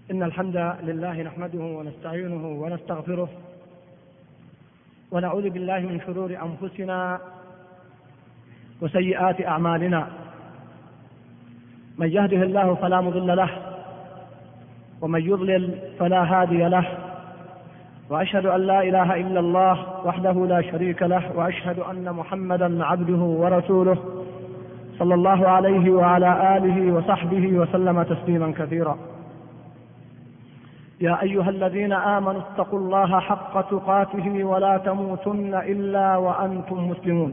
إن الحمد لله نحمده ونستعينه ونستغفره ونعوذ بالله من شرور أنفسنا وسيئات أعمالنا. من يهده الله فلا مضل له ومن يضلل فلا هادي له، وأشهد أن لا إله إلا الله وحده لا شريك له، وأشهد أن محمدا عبده ورسوله صلى الله عليه وعلى آله وصحبه وسلم تسليما كثيرا. يا أيها الذين آمنوا اتقوا الله حق تقاته ولا تموتن إلا وأنتم مسلمون.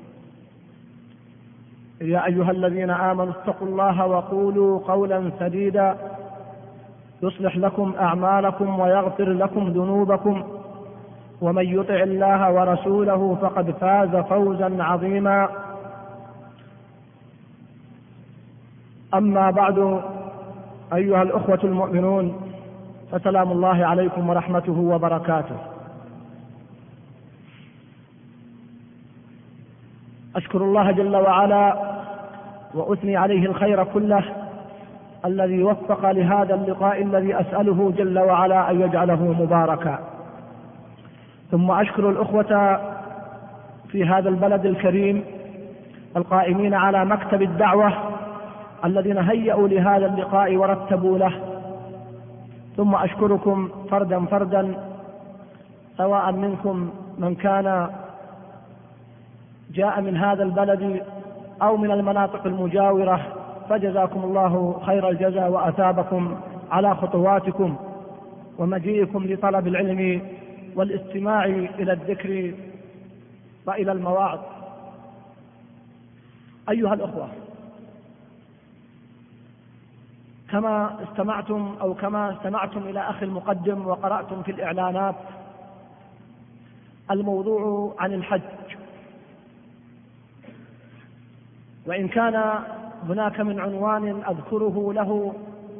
يا أيها الذين آمنوا اتقوا الله وقولوا قولا سديدا يصلح لكم أعمالكم ويغفر لكم ذنوبكم، ومن يطع الله ورسوله فقد فاز فوزا عظيما. أما بعد، أيها الأخوة المؤمنون، فسلام الله عليكم ورحمته وبركاته. أشكر الله جل وعلا وأثني عليه الخير كله الذي وفق لهذا اللقاء الذي أسأله جل وعلا أن يجعله مباركا. ثم أشكر الأخوة في هذا البلد الكريم القائمين على مكتب الدعوة الذين هيئوا لهذا اللقاء ورتبوا له. ثم أشكركم فردا فردا، سواء منكم من كان جاء من هذا البلد أو من المناطق المجاورة، فجزاكم الله خير الجزاء وأثابكم على خطواتكم ومجيئكم لطلب العلم والاستماع إلى الذكر وإلى المواعظ. أيها الأخوة، كما استمعتم إلى أخي المقدم وقرأتم في الإعلانات، الموضوع عن الحج. وإن كان هناك من عنوان أذكره له،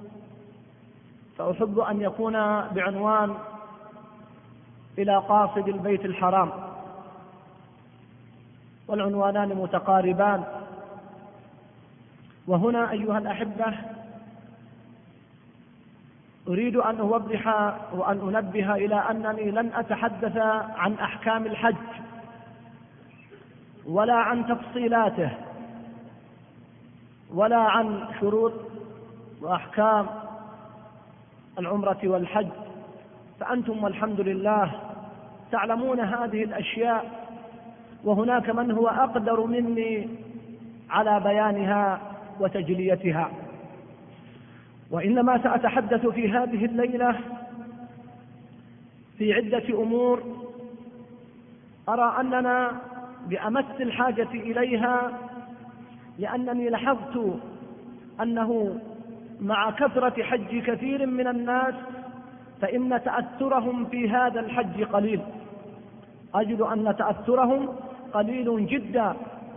فأحب أن يكون بعنوان إلى قاصد البيت الحرام، والعنوانان متقاربان. وهنا أيها الأحبة أريد أن أوضح وأن أنبه إلى أنني لن أتحدث عن أحكام الحج ولا عن تفصيلاته ولا عن شروط وأحكام العمرة والحج، فأنتم والحمد لله تعلمون هذه الأشياء، وهناك من هو أقدر مني على بيانها وتجليتها. وإنما سأتحدث في هذه الليلة في عدة أمور أرى أننا بأمس الحاجة إليها، لأنني لاحظت أنه مع كثرة حج كثير من الناس فإن تأثرهم في هذا الحج قليل. أجد أن تأثرهم قليل جدا.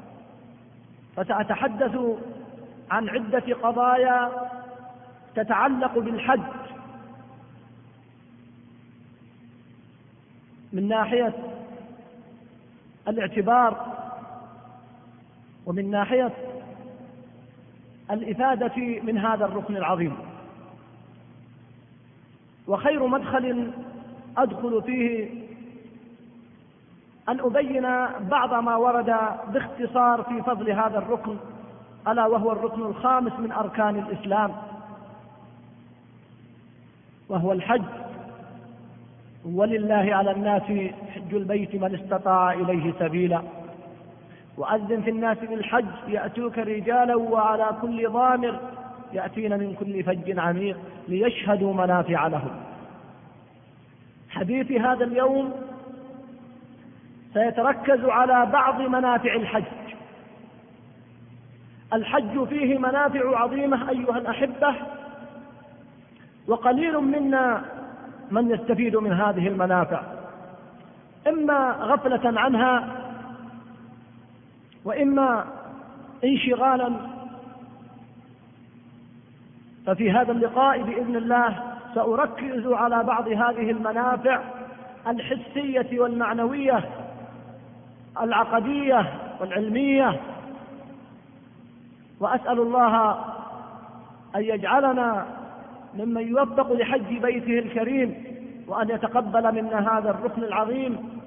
فسأتحدث عن عدة قضايا تتعلق بالحج من ناحية الاعتبار ومن ناحية الإفادة من هذا الركن العظيم. وخير مدخل أدخل فيه أن أبين بعض ما ورد باختصار في فضل هذا الركن، ألا وهو الركن الخامس من أركان الإسلام، وهو الحج. ولله على الناس حج البيت من استطاع إليه سبيلا، وأذن في الناس بالحج يأتوك رجالا وعلى كل ضامر يأتين من كل فج عميق ليشهدوا منافع لهم. حديثي هذا اليوم سيتركز على بعض منافع الحج. الحج فيه منافع عظيمة أيها الأحبة، وقليل منا من يستفيد من هذه المنافع، إما غفلة عنها وإما انشغالا. ففي هذا اللقاء بإذن الله سأركز على بعض هذه المنافع الحسية والمعنوية العقدية والعلمية، وأسأل الله أن يجعلنا ممن يوفق لحج بيته الكريم، وأن يتقبل منا هذا الركن العظيم،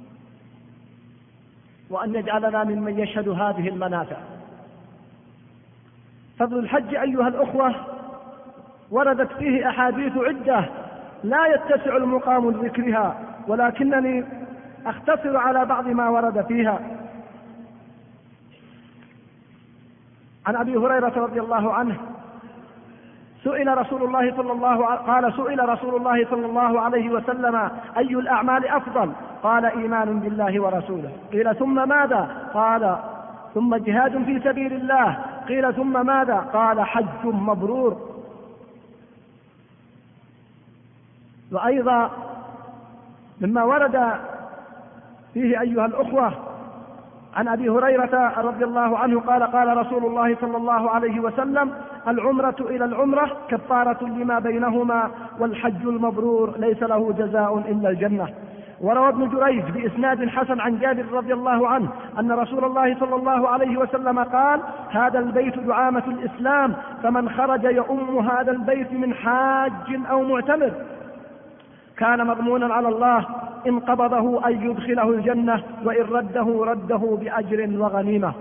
وأن يجعلنا ممن يشهد هذه المنافع. فضل الحج أيها الأخوة وردت فيه أحاديث عدة لا يتسع المقام لذكرها، ولكنني أختصر على بعض ما ورد فيها. عن أبي هريرة رضي الله عنه سئل رسول الله صلى الله عليه وسلم: أي الأعمال أفضل؟ قال: إيمان بالله ورسوله. قيل: ثم ماذا؟ قال: ثم جهاد في سبيل الله. قيل: ثم ماذا؟ قال: حج مبرور. وأيضا مما ورد فيه أيها الأخوة عن أبي هريرة رضي الله عنه قال: قال رسول الله صلى الله عليه وسلم: العمرة إلى العمرة كفارة لما بينهما، والحج المبرور ليس له جزاء إلا الجنة. وروى ابن جريج بإسناد حسن عن جابر رضي الله عنه أن رسول الله صلى الله عليه وسلم قال: هذا البيت دعامة الإسلام، فمن خرج يؤم هذا البيت من حاج أو معتمر كان مضمونا على الله إن قبضه أن يدخله الجنة، وإن رده بأجر وغنيمة.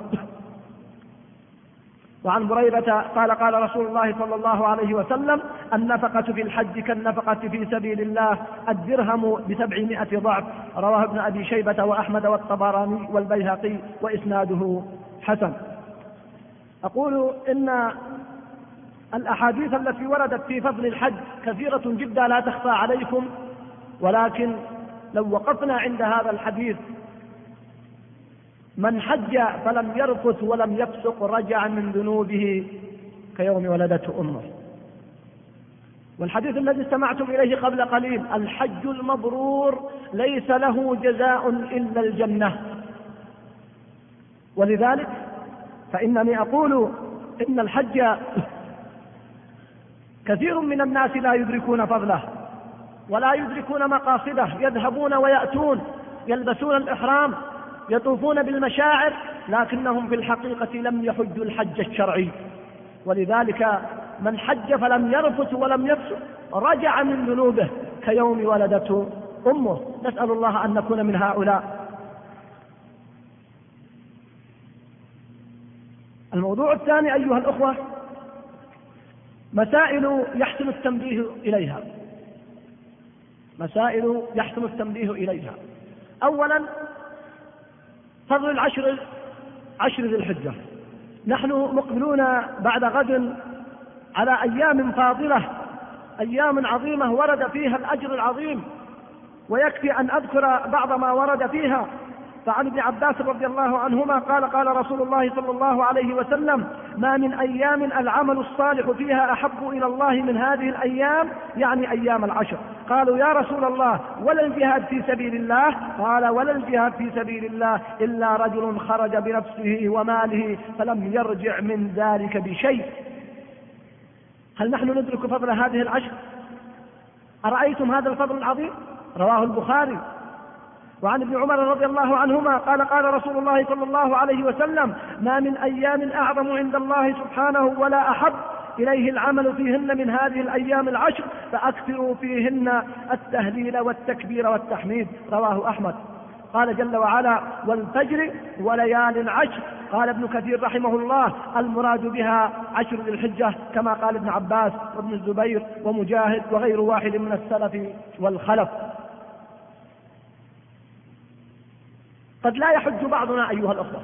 وعن بريدة قال: قال رسول الله صلى الله عليه وسلم: النفقة في الحج كالنفقة في سبيل الله، الدرهم ب700 ضعف. رواه ابن أبي شيبة وأحمد والطبراني والبيهقي، وإسناده حسن. أقول إن الأحاديث التي وردت في فضل الحج كثيرة جدا لا تخفى عليكم، ولكن لو وقفنا عند هذا الحديث: من حج فلم يرفث ولم يفسق رجع من ذنوبه كيوم ولدته أمه. والحديث الذي استمعتم إليه قبل قليل: الحج المبرور ليس له جزاء إلا الجنة. ولذلك فإنني أقول إن الحج كثير من الناس لا يدركون فضله ولا يدركون مقاصده، يذهبون ويأتون يلبسون الإحرام يطوفون بالمشاعر، لكنهم في الحقيقة لم يحجوا الحج الشرعي. ولذلك من حج فلم يرفث ولم يفسق رجع من ذنوبه كيوم ولدته أمه. نسأل الله أن نكون من هؤلاء. الموضوع الثاني أيها الأخوة مسائل يحسن التنبيه إليها. أولا فضل عشر ذي الحجة. نحن مقبلون بعد غد على أيام فاضلة، أيام عظيمة ورد فيها الأجر العظيم، ويكفي أن أذكر بعض ما ورد فيها. فعن ابن عباس رضي الله عنهما قال: قال رسول الله صلى الله عليه وسلم: ما من أيام العمل الصالح فيها أحب إلى الله من هذه الأيام، يعني أيام العشر. قالوا: يا رسول الله ولا الجهاد في سبيل الله؟ قال: ولا الجهاد في سبيل الله إلا رجل خرج بنفسه وماله فلم يرجع من ذلك بشيء. هل نحن ندرك فضل هذه العشر؟ أرأيتم هذا الفضل العظيم؟ رواه البخاري. وعن ابن عمر رضي الله عنهما قال: قال رسول الله صلى الله عليه وسلم: ما من أيام أعظم عند الله سبحانه ولا أحب إليه العمل فيهن من هذه الأيام العشر، فأكثروا فيهن التهليل والتكبير والتحميد. رواه أحمد. قال جل وعلا: والفجر وليال عشر. قال ابن كثير رحمه الله: المراد بها 10 ذي الحجة، كما قال ابن عباس وابن الزبير ومجاهد وغير واحد من السلف والخلف. قد لا يحج بعضنا أيها الأخوة،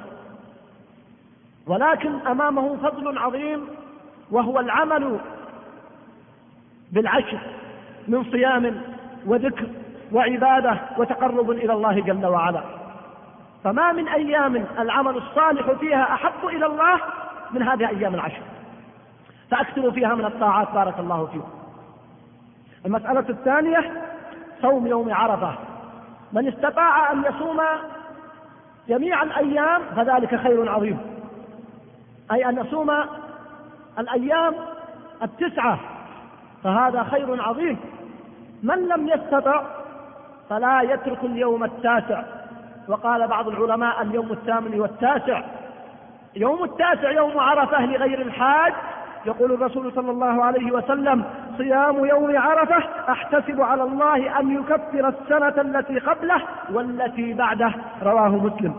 ولكن أمامه فضل عظيم، وهو العمل بالعشر من صيام وذكر وعبادة وتقرب إلى الله جل وعلا. فما من أيام العمل الصالح فيها أحب إلى الله من هذه أيام العشر، فأكثروا فيها من الطاعات بارك الله فيكم. المسألة الثانية صوم يوم عرفة. من استطاع أن يصوم جميع الأيام فذلك خير عظيم، أي أن يصوم الأيام 9 فهذا خير عظيم. من لم يستطع فلا يترك اليوم 9. وقال بعض العلماء: اليوم 8 و9. يوم 9 يوم عرفة لغير الحاج. يقول الرسول صلى الله عليه وسلم: صيام يوم عرفة أحتسب على الله أن يكفر السنة التي قبله والتي بعده، رواه مسلم.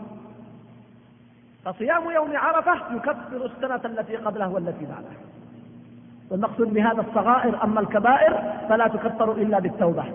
فصيام يوم عرفة يكفر السنة التي قبله والتي بعده، والمقصود بهذا الصغائر، أما الكبائر فلا تكفر إلا بالتوبة.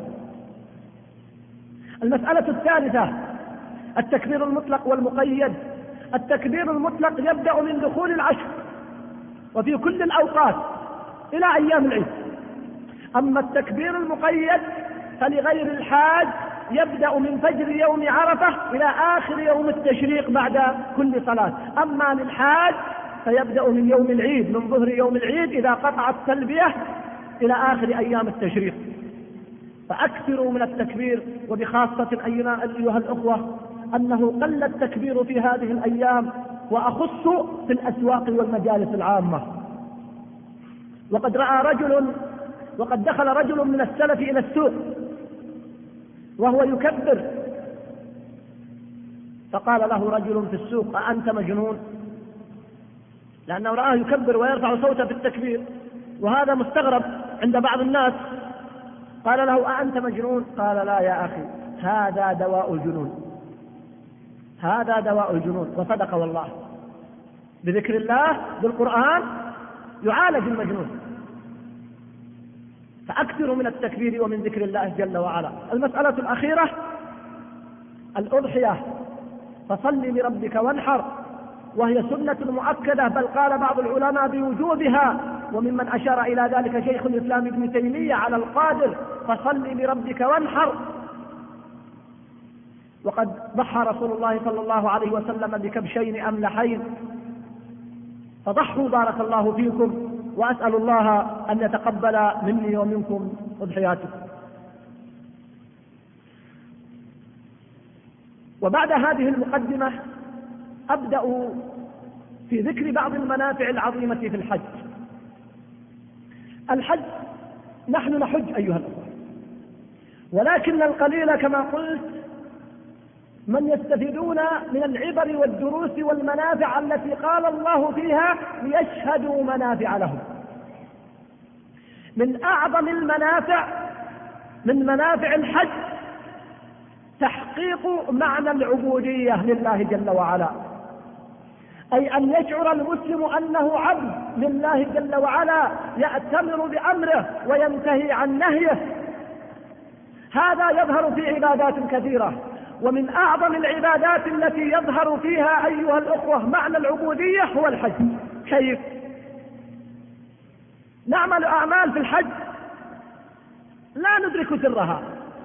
المسألة الثالثة التكبير المطلق والمقيد. التكبير المطلق يبدأ من دخول العشر وفي كل الأوقات إلى أيام العيد. أما التكبير المقيد فلغير الحاج يبدأ من فجر يوم عرفة إلى آخر يوم التشريق بعد كل صلاة. أما للحاج فيبدأ من يوم العيد، من ظهر يوم العيد إذا قطع التلبية إلى آخر أيام التشريق. فأكثروا من التكبير، وبخاصة أيها الأخوة أنه قل التكبير في هذه الأيام، وأخص في الأسواق والمجالس العامة. وقد دخل رجل من السلف إلى السوق وهو يكبر، فقال له رجل في السوق: أأنت مجنون؟ لأنه رآه يكبر ويرفع صوته في التكبير، وهذا مستغرب عند بعض الناس. قال له: أأنت مجنون؟ قال: لا يا أخي، هذا دواء الجنون، هذا دواء الجنون. وصدق والله، بذكر الله بالقرآن يعالج المجنون. فأكثروا من التكبير ومن ذكر الله جل وعلا. المسألة الأخيرة الأضحية، فصل لربك وانحر، وهي سنة مؤكدة، بل قال بعض العلماء بوجوبها، وممن أشار إلى ذلك شيخ الإسلام ابن تيمية على القادر: فصل لربك وانحر. وقد ضحى رسول الله صلى الله عليه وسلم بكبشين أملحين، فضحوا بارك الله فيكم، وأسأل الله أن يتقبل مني ومنكم أضحياتكم. وبعد هذه المقدمة أبدأ في ذكر بعض المنافع العظيمة في الحج. الحج، نحن نحج أيها الأخوة، ولكن القليل كما قلت من يستفيدون من العبر والدروس والمنافع التي قال الله فيها ليشهدوا منافع لهم. من أعظم المنافع من منافع الحج تحقيق معنى العبودية لله جل وعلا، أي أن يشعر المسلم أنه عبد لله جل وعلا، يأتمر بأمره وينتهي عن نهيه. هذا يظهر في عبادات كثيرة، ومن أعظم العبادات التي يظهر فيها أيها الأخوة معنى العبودية هو الحج. كيف؟ نعمل أعمال في الحج لا ندرك سرها،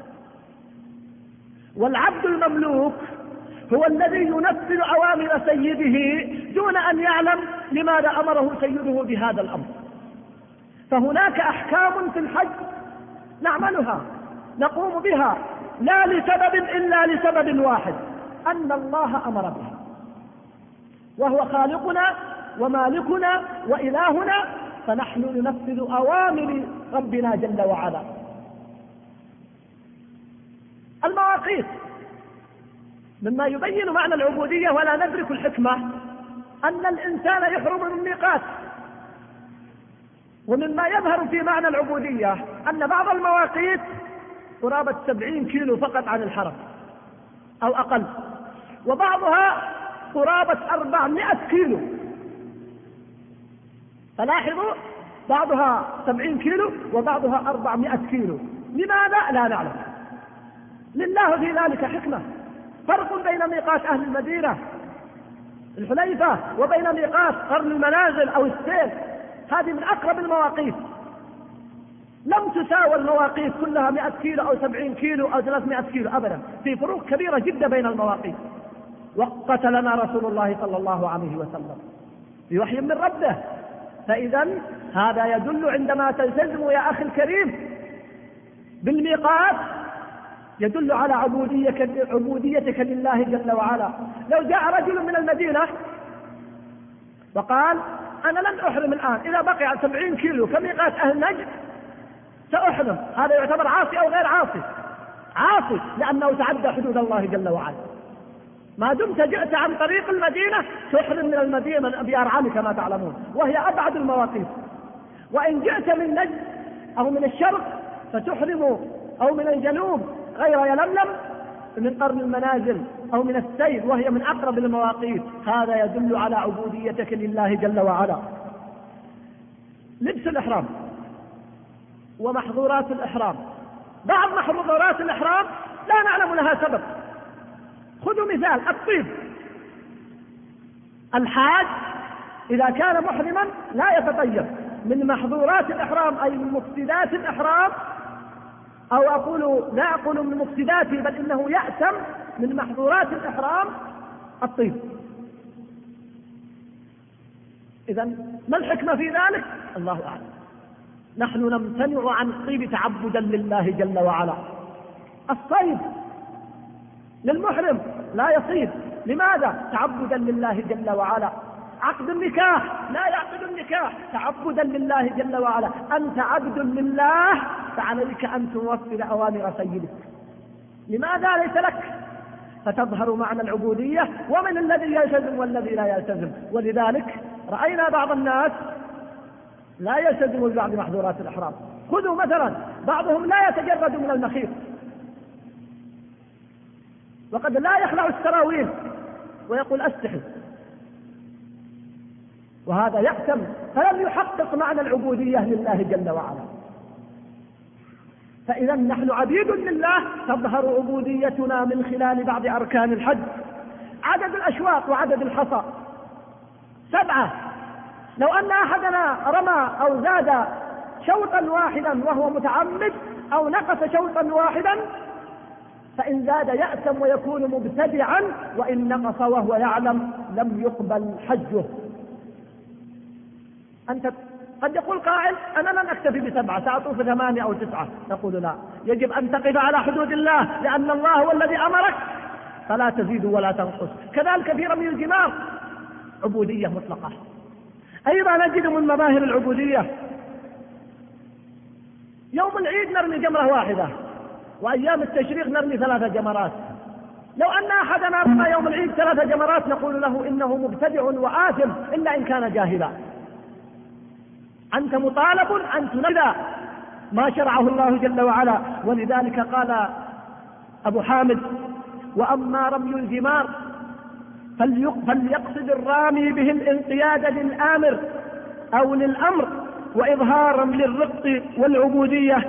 والعبد المملوك هو الذي ينفذ أوامر سيده دون أن يعلم لماذا أمره سيده بهذا الأمر. فهناك أحكام في الحج نعملها نقوم بها لا لسبب إلا لسبب واحد: أن الله أمر بها، وهو خالقنا ومالكنا وإلهنا، فنحن ننفذ أوامر ربنا جل وعلا. المواقيت مما يبين معنى العبودية ولا ندرك الحكمة أن الإنسان يحرم من ميقات. ومما يظهر في معنى العبودية أن بعض المواقيت قرابة 70 كيلو فقط عن الحرم أو أقل، وبعضها قرابة 400 كيلو. فلاحظوا، بعضها 70 كيلو وبعضها 400 كيلو. لماذا؟ لا نعلم. لله في ذلك حكمة. فرق بين ميقات أهل المدينة الحليفة وبين ميقات قرن المنازل أو السيل، هذه من أقرب المواقيت. لم تساوى المواقيت كلها 100 كيلو أو 70 كيلو أو 300 كيلو أبدا، في فروق كبيرة جدا بين المواقيت. وقت لنا رسول الله صلى الله عليه وسلم بوحي من ربه. فإذا هذا يدل عندما تلتزم يا أخي الكريم بالميقات يدل على عبوديتك لله جل وعلا. لو جاء رجل من المدينة وقال: أنا لن أحرم الآن، إذا بقي 70 كيلو كميقات أهل نجد سأحرم، هذا يعتبر عاصي أو غير عاصي؟ عاصي، لأنه تعدى حدود الله جل وعلا. ما دمت جئت عن طريق المدينة تحرم من المدينة بأرعام كما تعلمون، وهي أبعد المواقيت. وإن جئت من نجد أو من الشرق فتحرم، أو من الجنوب غير يلملم، من قرن المنازل أو من السير وهي من أقرب المواقيت، هذا يدل على عبوديتك لله جل وعلا. لبس الإحرام ومحظورات الإحرام. بعض محظورات الإحرام لا نعلم لها سبب. خذوا مثال الطيب. الحاج إذا كان محرما لا يتطيب. من محظورات الإحرام أي من مفسدات الإحرام، أو لا أقول من مفسداته بل إنه يأثم من محظورات الإحرام الطيب. إذن ما الحكمة في ذلك؟ الله أعلم. نحن نمتنع عن الطيب تعبدا لله جل وعلا. الصيد للمحرم لا يصيد، لماذا؟ تعبدا لله جل وعلا. عقد النكاح لا يعقد النكاح تعبدا لله جل وعلا. أنت عبد لله فعليك أن توفر أوامر سيدك. لماذا ليس لك؟ فتظهر معنى العبودية ومن الذي يلتزم والذي لا يلتزم. ولذلك رأينا بعض الناس لا يلتزم ببعض محظورات الإحرام. خذوا مثلا بعضهم لا يتجرد من المخيط، وقد لا يخلع السراويل ويقول أستحي، وهذا يأثم، فلم يحقق معنى العبودية لله جل وعلا. فإذا نحن عبيد لله، تظهر عبوديتنا من خلال بعض أركان الحج. عدد الأشواط وعدد الحصى 7. لو أن أحدنا رمى أو زاد شوطا واحدا وهو متعمد أو نقص شوطا واحدا، فإن زاد يأثم ويكون مبتدعا، وإن نقص وهو يعلم لم يقبل حجه. أنت قد يقول قائل أنا لن أكتفي ب7 سأطوف 8 أو 9. نقول لا، يجب أن تقف على حدود الله، لأن الله هو الذي أمرك، فلا تزيد ولا تنقص. كذلك في رمي الجمار عبودية مطلقة. أيضا نجد من مظاهر العبودية يوم العيد نرمي جمرة واحدة، وأيام التشريق نرمي 3 جمرات. لو أن أحدنا رمى يوم العيد 3 جمرات نقول له إنه مبتدع وآثم إلا إن كان جاهلا. أنت مطالب أن تنفذ ما شرعه الله جل وعلا. ولذلك قال أبو حامد: وأما رمي الجمار فليقصد الرامي به الانقياد للآمر أو للأمر، وإظهارا للرق والعبودية،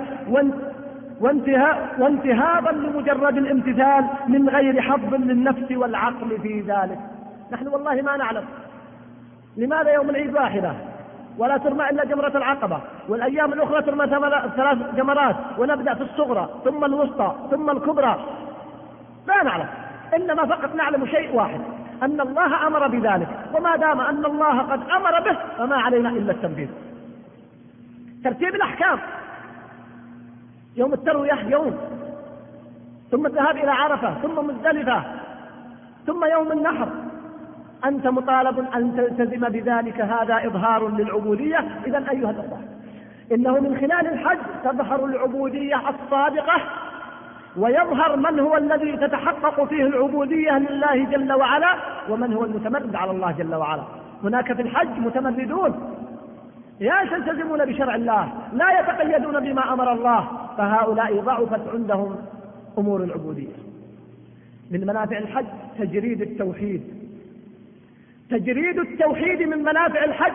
وانتهاضا لمجرد الامتثال من غير حظ للنفس والعقل في ذلك. نحن والله ما نعلم لماذا يوم العيد واحدة ولا ترمى إلا جمرة العقبة، والأيام الأخرى ترمى 3 جمرات، ونبدأ في الصغرى ثم الوسطى ثم الكبرى. لا نعلم، إنما فقط نعلم شيء واحد، أن الله أمر بذلك، وما دام أن الله قد أمر به فما علينا إلا التنفيذ. ترتيب الأحكام: يوم التروية يوم، ثم الذهاب إلى عرفة، ثم مزدلفة، ثم يوم النحر. أنت مطالب أن تلتزم بذلك، هذا إظهار للعبودية. إذن أيها الأخوة، إنه من خلال الحج تظهر العبودية الصادقة، ويظهر من هو الذي تتحقق فيه العبودية لله جل وعلا، ومن هو المتمرد على الله جل وعلا. هناك في الحج متمردون يلتزمون بشرع الله، لا يتقيدون بما أمر الله، فهؤلاء ضعفت عندهم أمور العبودية. من منافع الحج تجريد التوحيد. تجريد التوحيد من منافع الحج.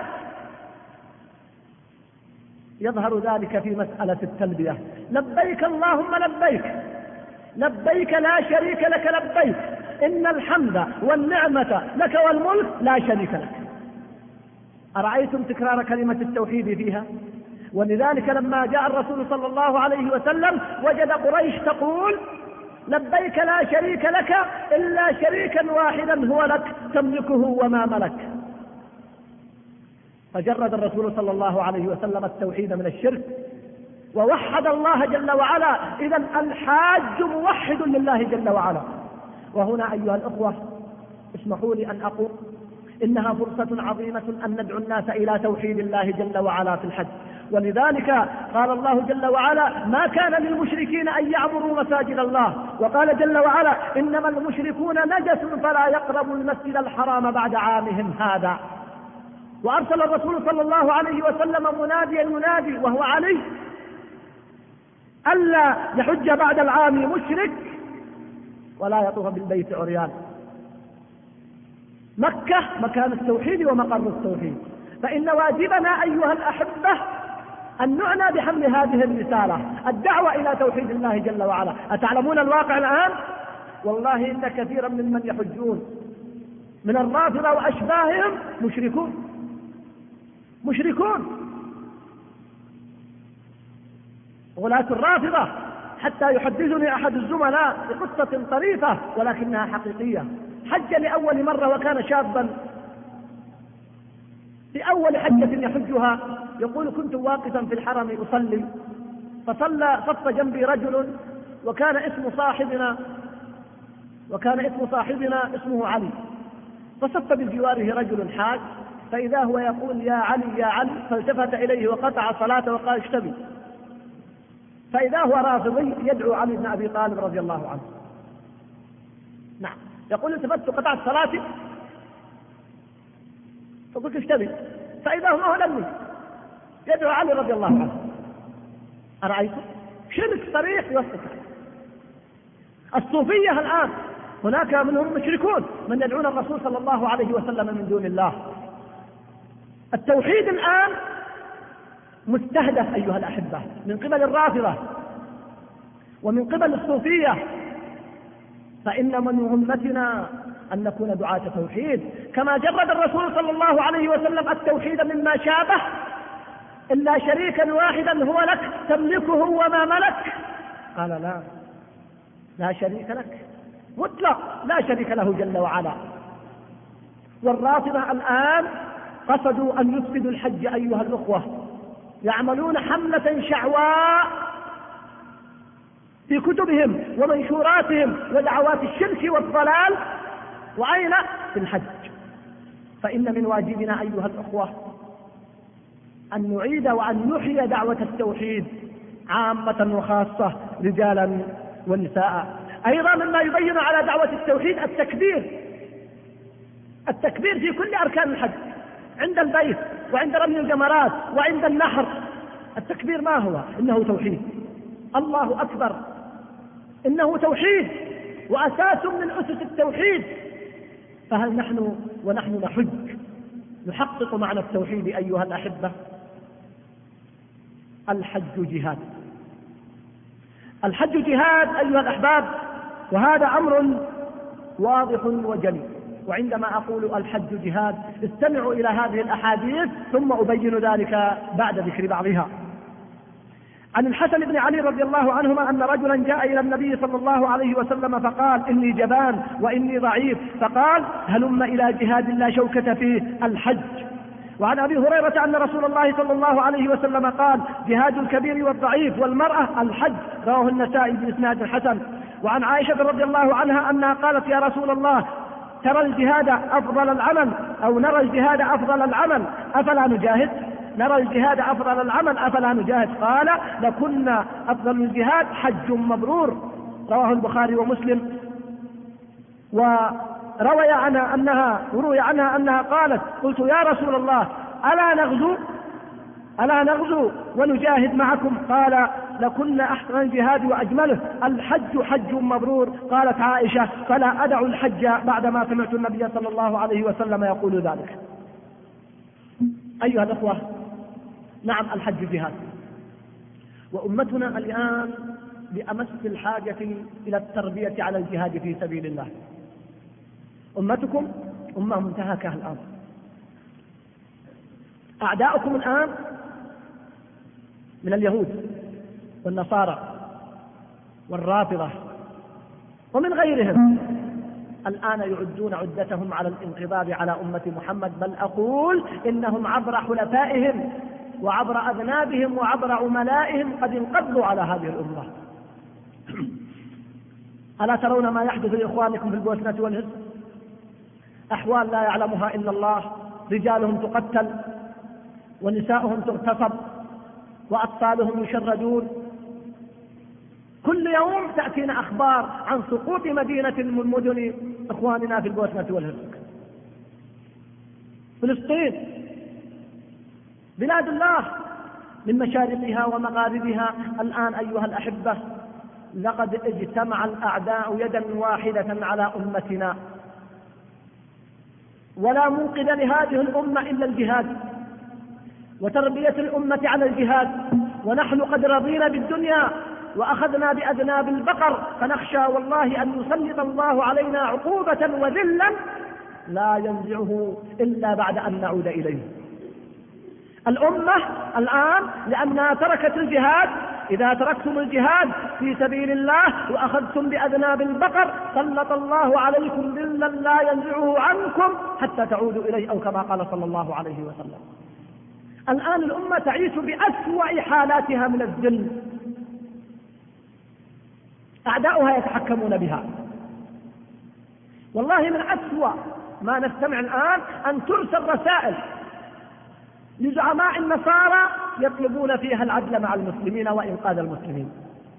يظهر ذلك في مسألة التلبية: لبيك اللهم لبيك، لبيك لا شريك لك لبيك، إن الحمد والنعمة لك والملك لا شريك لك. أرأيتم تكرار كلمة التوحيد فيها؟ ولذلك لما جاء الرسول صلى الله عليه وسلم وجد قريش تقول: لبيك لا شريك لك إلا شريكا واحدا هو لك تملكه وما ملك. فجرد الرسول صلى الله عليه وسلم التوحيد من الشرك ووحد الله جل وعلا. إذن الحاج موحد لله جل وعلا. وهنا أيها الأخوة اسمحوا لي أن أقول إنها فرصة عظيمة أن ندعو الناس إلى توحيد الله جل وعلا في الحج. ولذلك قال الله جل وعلا: ما كان للمشركين أن يعمروا مساجد الله. وقال جل وعلا: إنما المشركون نجس فلا يقربوا المسجد الحرام بعد عامهم هذا. وأرسل الرسول صلى الله عليه وسلم مناديا ينادي وهو علي: ألا يحج بعد العام مشرك ولا يطوف بالبيت عريان. مكة مكان التوحيد ومقر التوحيد، فإن واجبنا أيها الأحبة أن نعنى بحمل هذه الرسالة، الدعوة إلى توحيد الله جل وعلا. أتعلمون الواقع الآن؟ والله إن كثيرا ممن يحجون من الرافضة وأشباههم مشركون. ولاة الرافضة حتى يحدثني أحد الزملاء بقصة طريفة ولكنها حقيقية. حج لأول مرة وكان شابا، في أول حجة يحجها يقول: كنت واقفا في الحرم أصلي، صف جنبي رجل وكان اسم صاحبنا اسمه علي، فصف بجواره رجل حاج، فإذا هو يقول: يا علي يا علي، فالتفت إليه وقطع صلاته وقال: اشتبه. فإذا هو رافضي يدعو علي بن أبي طالب رضي الله عنه. نعم، يقول: التفت قطعت صلاتي، فقلت: اشتبه. فإذا هو لمي يدعو علي رضي الله عنه. أرأيتم؟ شرك صريح في وسط الصوفية. الآن هناك منهم مشركون من يدعون الرسول صلى الله عليه وسلم من دون الله. التوحيد الآن مستهدف أيها الأحبة من قبل الرافضة ومن قبل الصوفية، فإن من مهمتنا أن نكون دعاة توحيد، كما جرد الرسول صلى الله عليه وسلم التوحيد مما شابه إلا شريكا واحدا هو لك تملكه وما ملك. قال: لا شريك لك مطلق، لا شريك له جل وعلا. والرافضة الآن قصدوا أن يفسدوا الحج أيها الأخوة، يعملون حملة شعواء في كتبهم ومنشوراتهم ودعوات الشرك والضلال، وأين؟ في الحج. فإن من واجبنا أيها الأخوة أن نعيد وأن نحيي دعوة التوحيد عامة وخاصة، رجالا ونساء. أيضا مما يبين على دعوة التوحيد التكبير في كل أركان الحج، عند البيت وعند رمي الجمرات وعند النحر. التكبير ما هو؟ إنه توحيد. الله أكبر إنه توحيد وأساس من أسس التوحيد. فهل نحن ونحن نحج نحقق معنى التوحيد أيها الأحبة؟ الحج جهاد. الحج جهاد أيها الأحباب، وهذا أمر واضح وجلي. وعندما أقول الحج جهاد استمعوا إلى هذه الأحاديث ثم أبين ذلك بعد ذكر بعضها. عن الحسن بن علي رضي الله عنهما أن رجلا جاء إلى النبي صلى الله عليه وسلم فقال: إني جبان وإني ضعيف، فقال: هلم إلى جهاد لا شوكة فيه، الحج. وعن أبي هريرة أن رسول الله صلى الله عليه وسلم قال: جهاد الكبير والضعيف والمرأة الحج، رواه النسائي بإسناد حسن. وعن عائشة رضي الله عنها أنها قالت: يا رسول الله، ترى الجهاد أفضل العمل أو نرى الجهاد أفضل العمل أفلا نجاهد؟ نرى الجهاد أفضل العمل أفلا نجاهد؟ قال: لكنا أفضل الجهاد حج مبرور، رواه البخاري ومسلم. وروي عنها أنها قالت: قلت يا رسول الله، ألا نغزو ونجاهد معكم؟ قال: لكنا أحسن الجهاد وأجمله، الحج حج مبرور. قالت عائشة: فلا أدع الحج بعدما سمعت النبي صلى الله عليه وسلم يقول ذلك. أيها الأخوة، نعم الحج جهاد، وأمتنا الآن بأمس الحاجة إلى التربية على الجهاد في سبيل الله. أمتكم أمة منتهكة الآن. أعداؤكم الآن من اليهود والنصارى والرافضة ومن غيرهم الآن يعدون عدتهم على الانقضاض على أمة محمد، بل أقول إنهم عبر حلفائهم وعبر أذنابهم وعبر عملائهم قد انقضوا على هذه الأمة. ألا ترون ما يحدث لإخوانكم في البوسنة والهرسك؟ أحوال لا يعلمها إلا الله، رجالهم تقتل ونساؤهم تغتصب وأطفالهم يشردون. كل يوم تأتينا أخبار عن سقوط مدينة من مدن إخواننا في البوسنة والهرسك. فلسطين بلاد الله من مشارقها ومغاربها. الآن أيها الأحبة لقد اجتمع الأعداء يدا واحدة على أمتنا، ولا منقذ لهذه الأمة إلا الجهاد وتربية الأمة على الجهاد. ونحن قد رضينا بالدنيا وأخذنا بأذناب البقر، فنخشى والله أن يسلط الله علينا عقوبة وذلا لا ينزعه إلا بعد أن نعود إليه. الأمة الآن لأنها تركت الجهاد، إذا تركتم الجهاد في سبيل الله وأخذتم بأذناب البقر سلط الله عليكم ذلا لا ينزعه عنكم حتى تعودوا إليه، أو كما قال صلى الله عليه وسلم. الآن الأمة تعيش بأسوأ حالاتها من الذل، أعداؤها يتحكمون بها. والله من أسوأ ما نستمع الآن أن ترسل رسائل لزعماء النصارى يطلبون فيها العدل مع المسلمين وإنقاذ المسلمين.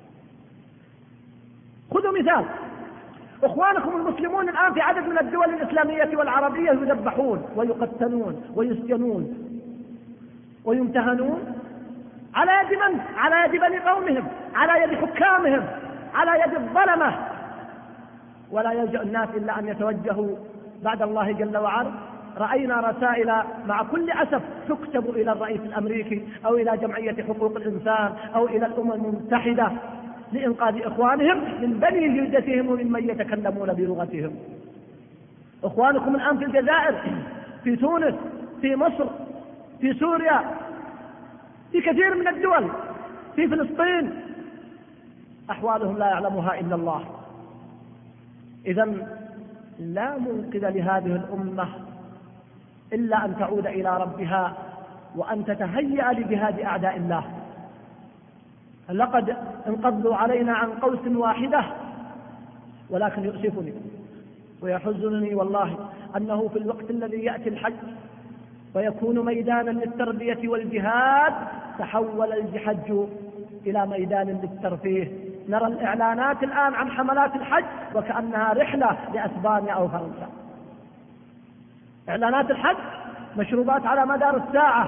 خذوا مثال، إخوانكم المسلمون الآن في عدد من الدول الإسلامية والعربية يذبحون ويقتلون ويسجنون ويمتهنون على يد من؟ على يد بني قومهم، على يد حكامهم، على يد الظلمة. ولا يلجأ الناس إلا أن يتوجهوا بعد الله جل وعلا. رأينا رسائل مع كل أسف تكتب إلى الرئيس الأمريكي أو إلى جمعية حقوق الإنسان أو إلى الأمم المتحدة لإنقاذ إخوانهم من بني جلدتهم وممن يتكلمون بلغتهم. إخوانكم الآن في الجزائر، في تونس، في مصر، في سوريا، في كثير من الدول، في فلسطين، أحوالهم لا يعلمها إلا الله. إذن لا منقذ لهذه الأمة إلا أن تعود إلى ربها وأن تتهيأ لجهاد أعداء الله. لقد انقضوا علينا عن قوس واحدة، ولكن يؤسفني ويحزنني والله أنه في الوقت الذي يأتي الحج ويكون ميدانا للتربية والجهاد تحول الحج إلى ميدان للترفيه. نرى الإعلانات الآن عن حملات الحج وكأنها رحلة لأسبانيا أو فرنسا. إعلانات الحج، مشروبات على مدار الساعة،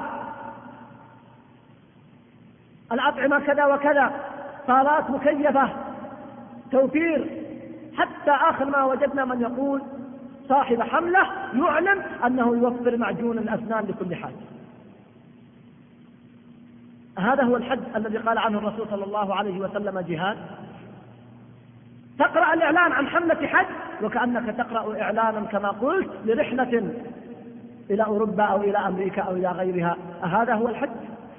الأطعمة كذا وكذا، صالات مكيفة، توفير. حتى آخر ما وجدنا من يقول صاحب حملة يعلن أنه يوفر معجون الأسنان لكل حاج. هذا هو الحج الذي قال عنه الرسول صلى الله عليه وسلم جهاد؟ تقرأ الإعلان عن حملة حج وكأنك تقرأ إعلانا كما قلت لرحلة إلى أوروبا أو إلى أمريكا أو إلى غيرها. هذا هو الحج؟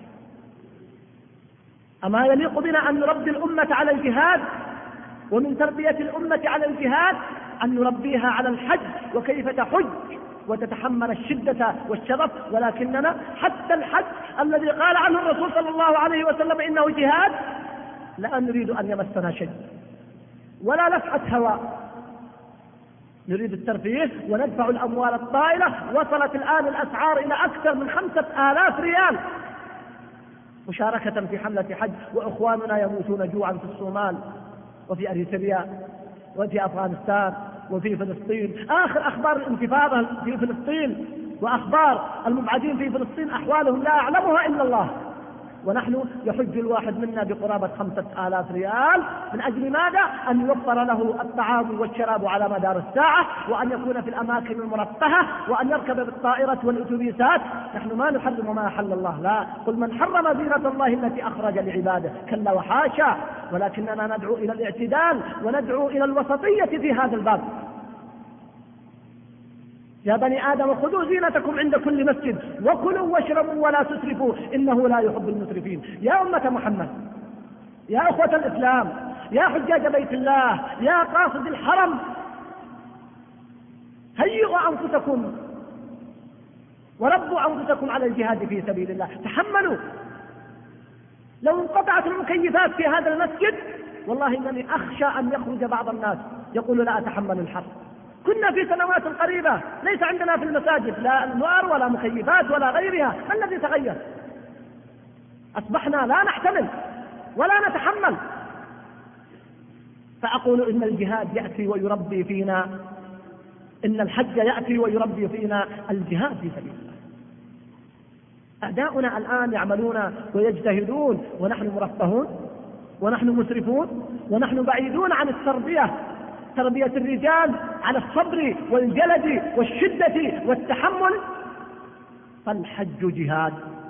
أما يليق بنا أن نربي الأمة على الجهاد، ومن تربية الأمة على الجهاد أن نربيها على الحج وكيف تحج وتتحمل الشدة والشرف. ولكننا حتى الحج الذي قال عنه الرسول صلى الله عليه وسلم إنه جهاد لا نريد أن يمسنا شيء ولا لفعة هواء، نريد الترفيه وندفع الأموال الطائلة. وصلت الآن الأسعار إلى أكثر من 5000 ريال مشاركة في حملة حج، وإخواننا يموتون جوعا في الصومال وفي أريتريا وفي أفغانستان وفي فلسطين. آخر أخبار الانتفاضة في فلسطين وأخبار المبعدين في فلسطين أحوالهم لا يعلمها إلا الله. ونحن يحج الواحد منا بقرابة 5000 ريال من أجل ماذا؟ أن يوفر له الطعام والشراب على مدار الساعة، وأن يكون في الأماكن المرفهة، وأن يركب بالطائرة والأتوبيسات. نحن ما نحرم ما أحل الله، لا. قل من حرم زينة الله التي أخرج لعباده، كلا وحاشا. ولكننا ندعو إلى الاعتدال وندعو إلى الوسطية في هذا الباب. يا بني آدم خذوا زينتكم عند كل مسجد وكلوا واشربوا ولا تسرفوا إنه لا يحب المسرفين. يا أمة محمد، يا أخوة الإسلام، يا حجاج بيت الله، يا قاصد الحرم، هيئوا أنفسكم وربوا أنفسكم على الجهاد في سبيل الله. تحملوا. لو انقطعت المكيفات في هذا المسجد والله إنني أخشى أن يخرج بعض الناس يقول لا أتحمل الحر. كنا في سنوات قريبة ليس عندنا في المساجد لا أنوار ولا مكيفات ولا غيرها. ما الذي تغير؟ أصبحنا لا نحتمل ولا نتحمل. فأقول إن الجهاد يأتي ويربي فينا، إن الحج يأتي ويربي فينا الجهاد في سبيل الله. أعداؤنا الآن يعملون ويجتهدون ونحن مرفهون ونحن مسرفون ونحن بعيدون عن التربية، تربية الرجال على الصبر والجلد والشدة والتحمل. فالحج جهاد،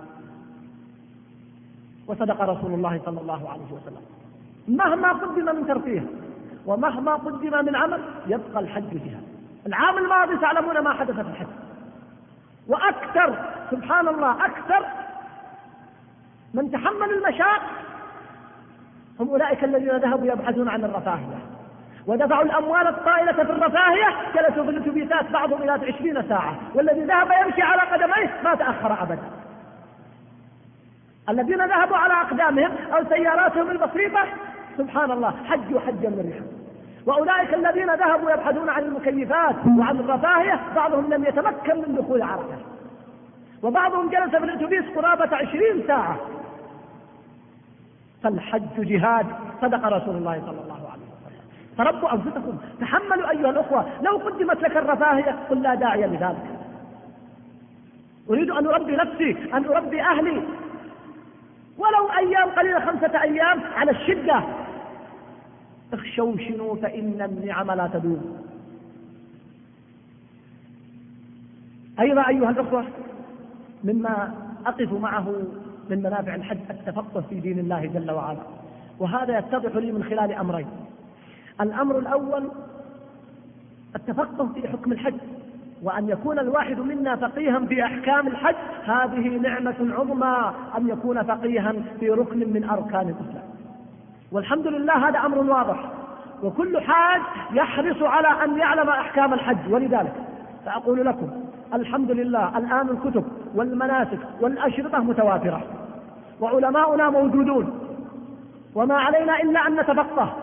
وصدق رسول الله صلى الله عليه وسلم: مهما قدم من ترفيه ومهما قدم من عمل يبقى الحج جهاد. العام الماضي تعلمون ما حدث في الحج، وأكثر سبحان الله أكثر من تحمل المشاق هم أولئك الذين ذهبوا يبحثون عن الرفاهية ودفعوا الأموال الطائلة في الرفاهية، جلسوا في الأتوبيسات بعضهم إلى 20 ساعة، والذي ذهب يمشي على قدميه ما تأخر أبدا. الذين ذهبوا على أقدامهم أو سياراتهم البسيطة سبحان الله حجوا حجا مريحا. وأولئك الذين ذهبوا يبحثون عن المكيفات وعن الرفاهية بعضهم لم يتمكن من دخول عرفة، وبعضهم جلس في الأتوبيس قرابة 20 ساعة. فالحج جهاد، صدق رسول الله صلى الله عليه وسلم. فربوا أنفسكم، تحملوا أيها الأخوة. لو قدمت لك الرفاهية قل لا داعي لذلك، أريد أن أربي نفسي، أن أربي أهلي، ولو أيام قليلة 5 أيام على الشدة. اخشوشنوا فإن النعم لا تدوم. أيضا أيها الأخوة مما أقف معه من منافع الحج التفقه في دين الله جل وعلا، وهذا يتضح لي من خلال أمرين. الأمر الأول التفقه في حكم الحج، وأن يكون الواحد منا فقيها في أحكام الحج. هذه نعمة عظمى أن يكون فقيها في ركن من أركان الإسلام، والحمد لله هذا أمر واضح، وكل حاج يحرص على أن يعلم أحكام الحج. ولذلك فأقول لكم الحمد لله الآن الكتب والمناسك والأشرطة متوافرة، وعلماؤنا موجودون، وما علينا إلا أن نتفقه.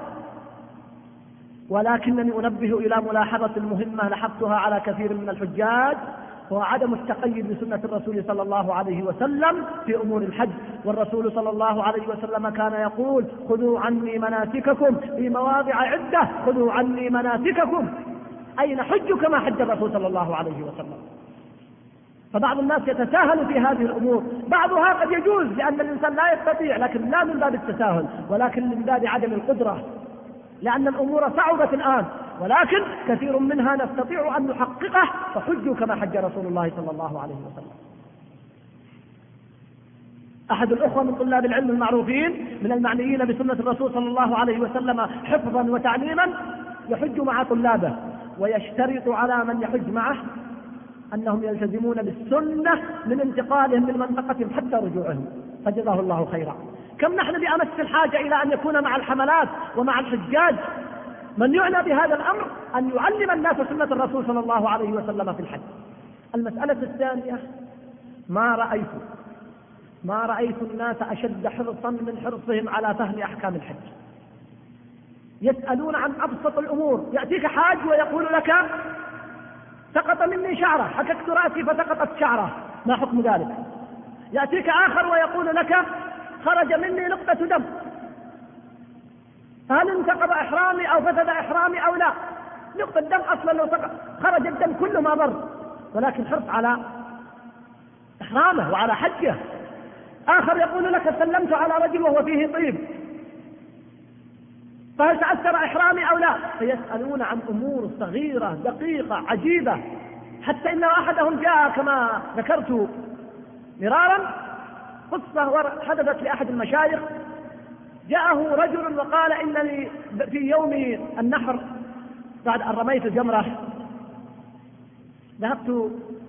ولكنني أنبه إلى ملاحظة مهمة لاحظتها على كثير من الحجاج، هو عدم التقيد بسنة الرسول صلى الله عليه وسلم في أمور الحج. والرسول صلى الله عليه وسلم كان يقول: خذوا عني مناسككم، في مواضع عدة: خذوا عني مناسككم، أي نحج كما حج الرسول صلى الله عليه وسلم. فبعض الناس يتساهل في هذه الأمور، بعضها قد يجوز لأن الإنسان لا يستطيع، لكن لا من باب التساهل ولكن من باب عدم القدرة، لأن الأمور صعبت الآن، ولكن كثير منها نستطيع أن نحققه. فحجوا كما حج رسول الله صلى الله عليه وسلم. أحد الأخوة من طلاب العلم المعروفين من المعنيين بسنة الرسول صلى الله عليه وسلم حفظا وتعليما يحج مع طلابه، ويشترط على من يحج معه أنهم يلتزمون بالسنة من انتقالهم من منطقة حتى رجوعهم، فجزاه الله خيرا. كم نحن بأمس الحاجة إلى أن يكون مع الحملات ومع الحجاج من يعنى بهذا الأمر أن يعلم الناس سنة الرسول صلى الله عليه وسلم في الحج. المسألة الثانية: ما رأيت الناس أشد حرصا من حرصهم على فهم أحكام الحج. يسألون عن أبسط الأمور. يأتيك حاج ويقول لك: سقط مني شعرة، حككت رأسي فسقطت شعرة، ما حكم ذلك؟ يأتيك آخر ويقول لك: خرج مني نقطة دم، فهل انتقض إحرامي أو فسد إحرامي أو لا؟ نقطة دم أصلا لو خرج الدم كله ما ضر، ولكن حرص على إحرامه وعلى حجه. آخر يقول لك: سلمت على رجل وهو فيه طيب، فهل تأثر إحرامي أو لا؟ فيسألون عن أمور صغيرة دقيقة عجيبة، حتى إن أحدهم جاء كما ذكرت مرارا قصة حدثت لأحد المشايخ. جاءه رجل وقال: إنني في يوم النحر بعد أن رميت الجمرة ذهبت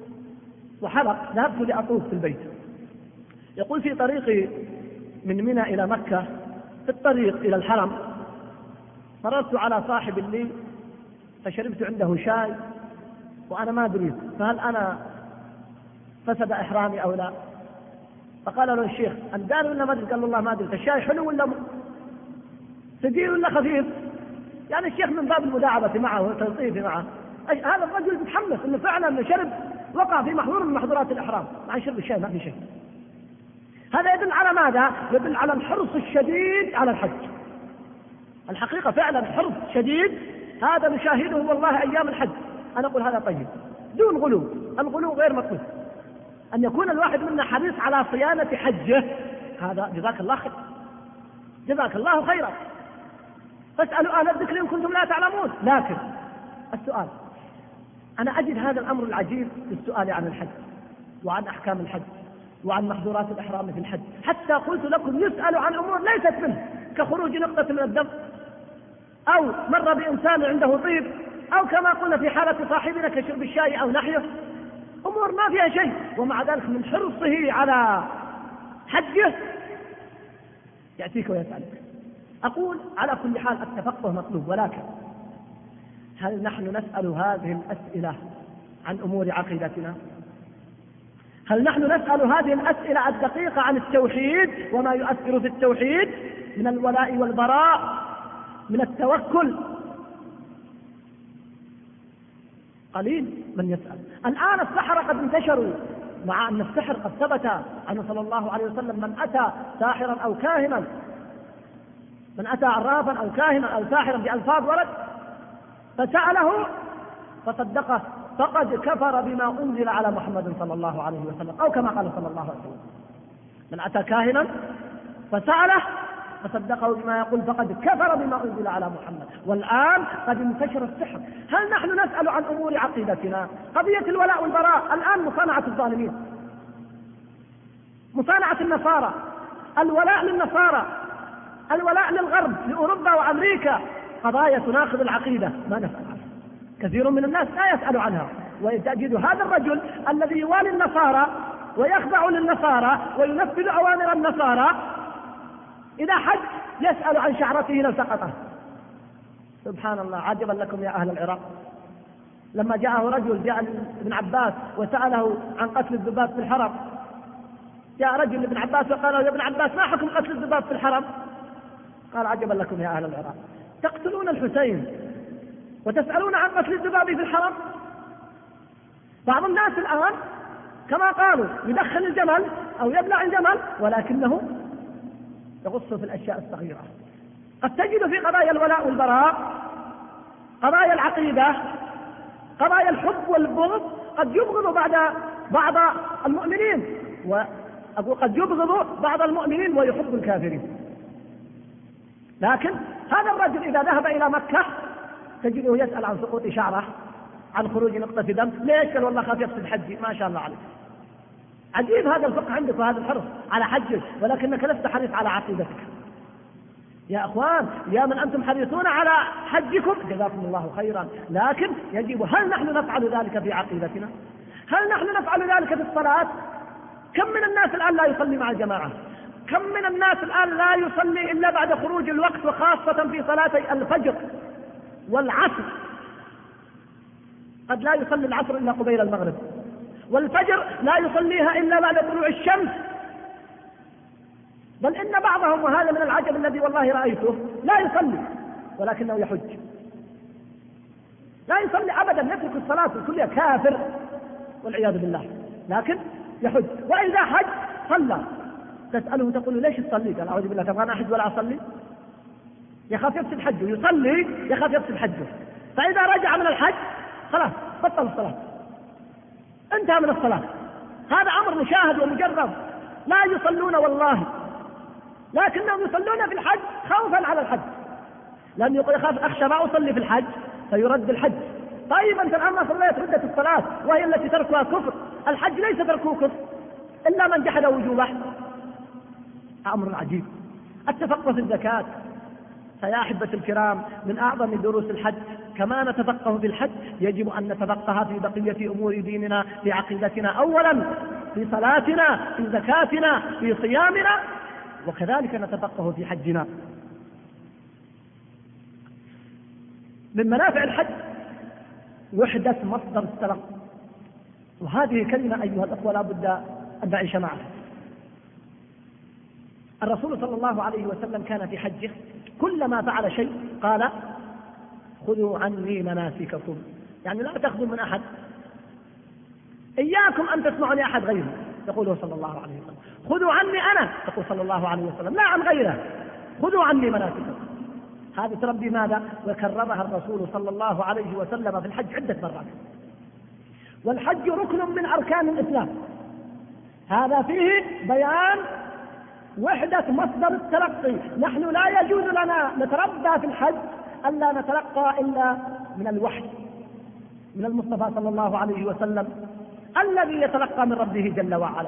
لأطوف في البيت. يقول: في طريقي من منى إلى مكة في الطريق إلى الحرم مررت على صاحب لي فشربت عنده شاي وأنا ما أدري فهل أنا فسد إحرامي أو لا. فقال له الشيخ: أندان ولا ما أدري؟ قال له: الله ما أدري. الشاي حلو ولا ثقيل ولا خفيف؟ يعني الشيخ من باب المداعبة معه والتلطيف معه. هذا الرجل متحمس أنه فعلا شرب، وقع في محظور من محظورات الإحرام، مع شرب الشاي ما في شيء. هذا يدل على ماذا؟ يدل على الحرص الشديد على الحج. الحقيقة فعلا حرص شديد، هذا نشاهده والله أيام الحج. أنا أقول هذا طيب دون غلو، الغلو غير مطلوب. أن يكون الواحد منا حريص على صيانة حجه، هذا جزاك الله خير، جزاك الله خيرا، فاسألوا أهل الذكر إن كنتم لا تعلمون. لكن السؤال، أنا أجد هذا الأمر العجيب في السؤال عن الحج وعن أحكام الحج وعن محظورات الإحرام في الحج، حتى قلت لكم يسأل عن أمور ليست منه، كخروج نقطة من الدم، أو مر بإنسان عنده طيب، أو كما قلنا في حالة صاحبنا كشرب الشاي أو نحيه، أمور ما فيها شيء، ومع ذلك من حرصه على حجه يأتيك ويسألك. أقول على كل حال التفقه مطلوب، ولكن هل نحن نسأل هذه الأسئلة عن أمور عقيدتنا؟ هل نحن نسأل هذه الأسئلة الدقيقة عن التوحيد وما يؤثر في التوحيد من الولاء والبراء، من التوكل؟ قليل من يسأل. الآن السحرة قد انتشروا، مع أن السحر قد ثبت عنه صلى الله عليه وسلم: من أتى ساحرا أو كاهنا، من أتى عرافا أو كاهنا أو ساحرا بألفاظ ورد فسأله فصدقه فقد كفر بما أنزل على محمد صلى الله عليه وسلم، أو كما قال صلى الله عليه وسلم: من أتى كاهنا فسأله فصدقه بما يقول فقد كفر بما أنزل على محمد. والآن قد انتشر السحر. هل نحن نسأل عن أمور عقيدتنا؟ قضية الولاء والبراء الآن مصانعة الظالمين، مصانعة النصارى، الولاء للنصارى، الولاء للغرب، لأوروبا وأمريكا، قضايا تناقض العقيدة ما نسأل عنها. كثير من الناس لا يسأل عنها، وتجد هذا الرجل الذي يوالي النصارى ويخضع للنصارى وينفذ أوامر النصارى إذا حج يسأل عن شعرته لو سقطه. سبحان الله، عجبا لكم يا أهل العراق، لما جاءه رجل جاء ابن عباس وسأله عن قتل الذباب في الحرم، جاء رجل لابن عباس وقال: يا ابن عباس ما حكم قتل الذباب في الحرم؟ قال: عجبا لكم يا أهل العراق، تقتلون الحسين وتسألون عن قتل الذباب في الحرم؟ بعض الناس الآن كما قالوا يدخن الجمل أو يبلع الجمل، ولكنه يغص في الأشياء الصغيرة. قد تجد في قضايا الولاء والبراء، قضايا العقيدة، قضايا الحب والبغض قد يبغض بعض المؤمنين، وأقول قد يبغض بعض المؤمنين ويحب الكافرين. لكن هذا الرجل إذا ذهب إلى مكة تجده يسأل عن سقوط شعره، عن خروج نقطة دم. ليش؟ قال: والله خاف يفسد حجي. ما شاء الله عليك، عجيب هذا الفقه عندك وهذا الحرص على حجك، ولكنك لست حريص على عقيدتك. يا أخوان، يا من أنتم حريصون على حجكم جزاكم الله خيرا، لكن يجب، هل نحن نفعل ذلك في عقيدتنا؟ هل نحن نفعل ذلك في الصلاة؟ كم من الناس الآن لا يصلي مع الجماعة؟ كم من الناس الآن لا يصلي إلا بعد خروج الوقت، وخاصة في صلاتي الفجر والعصر؟ قد لا يصلي العصر إلا قبيل المغرب، والفجر لا يصليها إلا بعد طلوع الشمس. بل إن بعضهم، وهذا من العجب الذي والله رأيته، لا يصلي ولكنه يحج، لا يصلي أبدا، يترك الصلاة كلها، كافر والعياذ بالله، لكن يحج. وإذا حج صلى تسأله تقول: ليش تصلي؟ قال: أعوذ بالله، تبغى أحج ولا أصلي؟ يخاف يفسد حجه، يصلي يخاف يفسد حجه، فإذا رجع من الحج خلاص بطل الصلاة، انتهى من الصلاة. هذا أمر مشاهد ومجرب. لا يصلون والله، لكنهم يصلون في الحج خوفا على الحج، لأنه يقول: يخاف أخشى ما أصلي في الحج فيرد الحج. طيب أنت الآن ما صليت، ردت الصلاة وهي التي تركها كفر. الحج ليس تركه كفر إلا من جحد وجوبه. أمر عجيب. التفقه في الزكاة، فيا أحبة الكرام، من أعظم دروس الحج. كما نتفقه في الحج يجب أن نتفقه في بقية أمور ديننا، في عقيدتنا أولا، في صلاتنا، في زكاتنا، في صيامنا، وكذلك نتفقه في حجنا. من منافع الحج وحدة مصدر السلام، وهذه كلمة أيها الأخوة لا بد أن نعيش معها. الرسول صلى الله عليه وسلم كان في حجه كلما فعل شيء قال: خذوا عني مناسككم، يعني لا تأخذوا من أحد، إياكم أن تسمعوا لأحد غيره، يقوله صلى الله عليه وسلم. خذوا عني أنا، يقول صلى الله عليه وسلم، لا عن غيره، خذوا عني مناسككم. هذه تربي ماذا؟ وكررها الرسول صلى الله عليه وسلم في الحج عدة مرات. والحج ركن من أركان الإسلام، هذا فيه بيان وحدة مصدر التلقي. نحن لا يجوز لنا نتربى في الحج ألا نتلقى إلا من الوحي من المصطفى صلى الله عليه وسلم الذي يتلقى من ربه جل وعلا.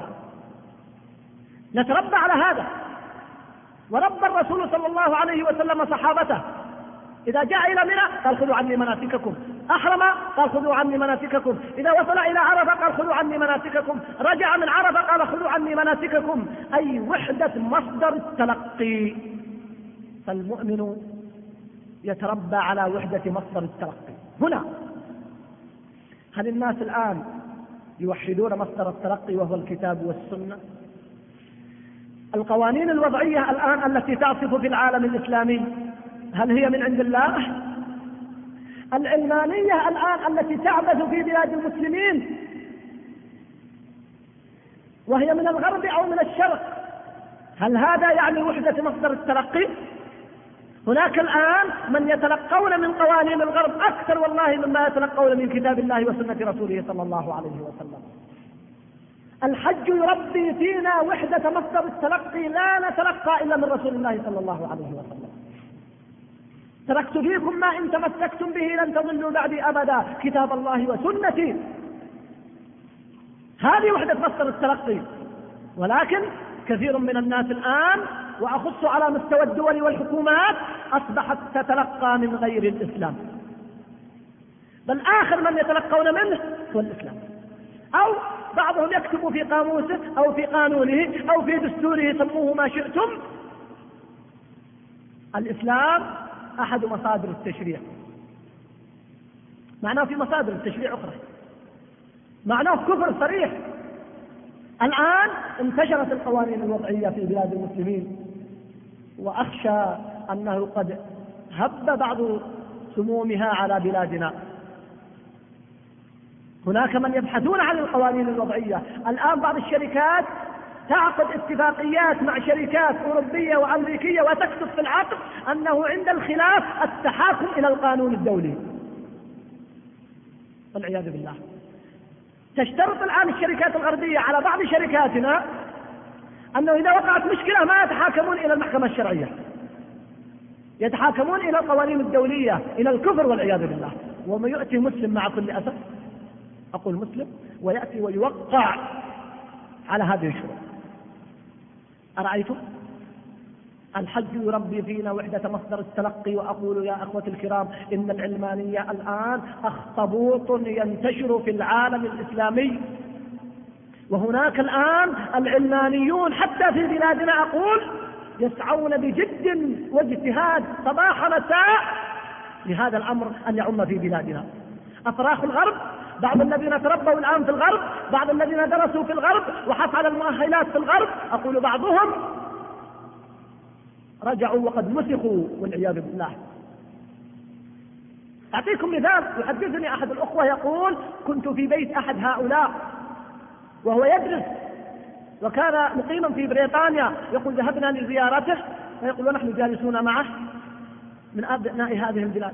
نتربى على هذا. وربى الرسول صلى الله عليه وسلم صحابته، إذا جاء إلى منى قال خذوا عني مناسككم، أحرم قال خذوا عني مناسككم، إذا وصل إلى عرفة قال خذوا عني مناسككم، رجع من عرفة قال خذوا عني مناسككم، أي وحدة مصدر التلقي. فالمؤمن يتربى على وحدة مصدر التلقي. هنا هل الناس الآن يوحدون مصدر التلقي وهو الكتاب والسنة؟ القوانين الوضعية الآن التي تعصف في العالم الإسلامي هل هي من عند الله؟ العلمانية الآن التي تعبث في بلاد المسلمين وهي من الغرب أو من الشرق، هل هذا يعني وحدة مصدر التلقي؟ هناك الآن من يتلقون من قوانين الغرب أكثر والله مما يتلقون من كتاب الله وسنة رسوله صلى الله عليه وسلم. الحج يربي فينا وحدة مصدر التلقي، لا نتلقى إلا من رسول الله صلى الله عليه وسلم. تركت فيكم ما إن تمسكتم به لن تضلوا بعدي أبدا، كتاب الله وسنتي. هذه وحدة مصدر التلقي. ولكن كثير من الناس الآن، وأخص على مستوى الدول والحكومات، أصبحت تتلقى من غير الإسلام، بل آخر من يتلقون منه هو الإسلام. أو بعضهم يكتب في قاموسه أو في قانونه أو في دستوره، سموه ما شئتم، الإسلام أحد مصادر التشريع. معناه في مصادر التشريع أخرى، معناه كفر صريح. الآن انتشرت القوانين الوضعية في بلاد المسلمين، وأخشى أنه قد هب بعض سمومها على بلادنا. هناك من يبحثون عن القوانين الوضعية. الآن بعض الشركات تعقد اتفاقيات مع شركات أوروبية وأمريكية وتكتب في العقد أنه عند الخلاف التحاكم إلى القانون الدولي، والعياذ بالله. تشترط الآن الشركات الغربية على بعض شركاتنا أنه إذا وقعت مشكلة ما يتحاكمون إلى المحكمة الشرعية، يتحاكمون إلى القوانين الدولية، إلى الكفر والعياذ بالله. وما يؤتي مسلم مع كل أسف، أقول مسلم، ويأتي ويوقع على هذه الشروط. أرأيتم؟ الحج يربي فينا وحدة مصدر التلقي. وأقول يا أخوة الكرام إن العلمانية الآن أخطبوط ينتشر في العالم الإسلامي، وهناك الآن العلمانيون حتى في بلادنا أقول يسعون بجد واجتهاد صباح مساء لهذا الأمر أن يعم في بلادنا. أفراخ الغرب، بعض الذين تربوا الآن في الغرب، بعض الذين درسوا في الغرب وحصل المؤهلات في الغرب، أقول بعضهم رجعوا وقد مسخوا والعياذ بالله. أعطيكم مثال. يحدثني أحد الأخوة يقول كنت في بيت أحد هؤلاء وهو يدرس وكان مقيما في بريطانيا، يقول ذهبنا لزيارته ويقول ونحن جالسون معه من أبناء هذه البلاد،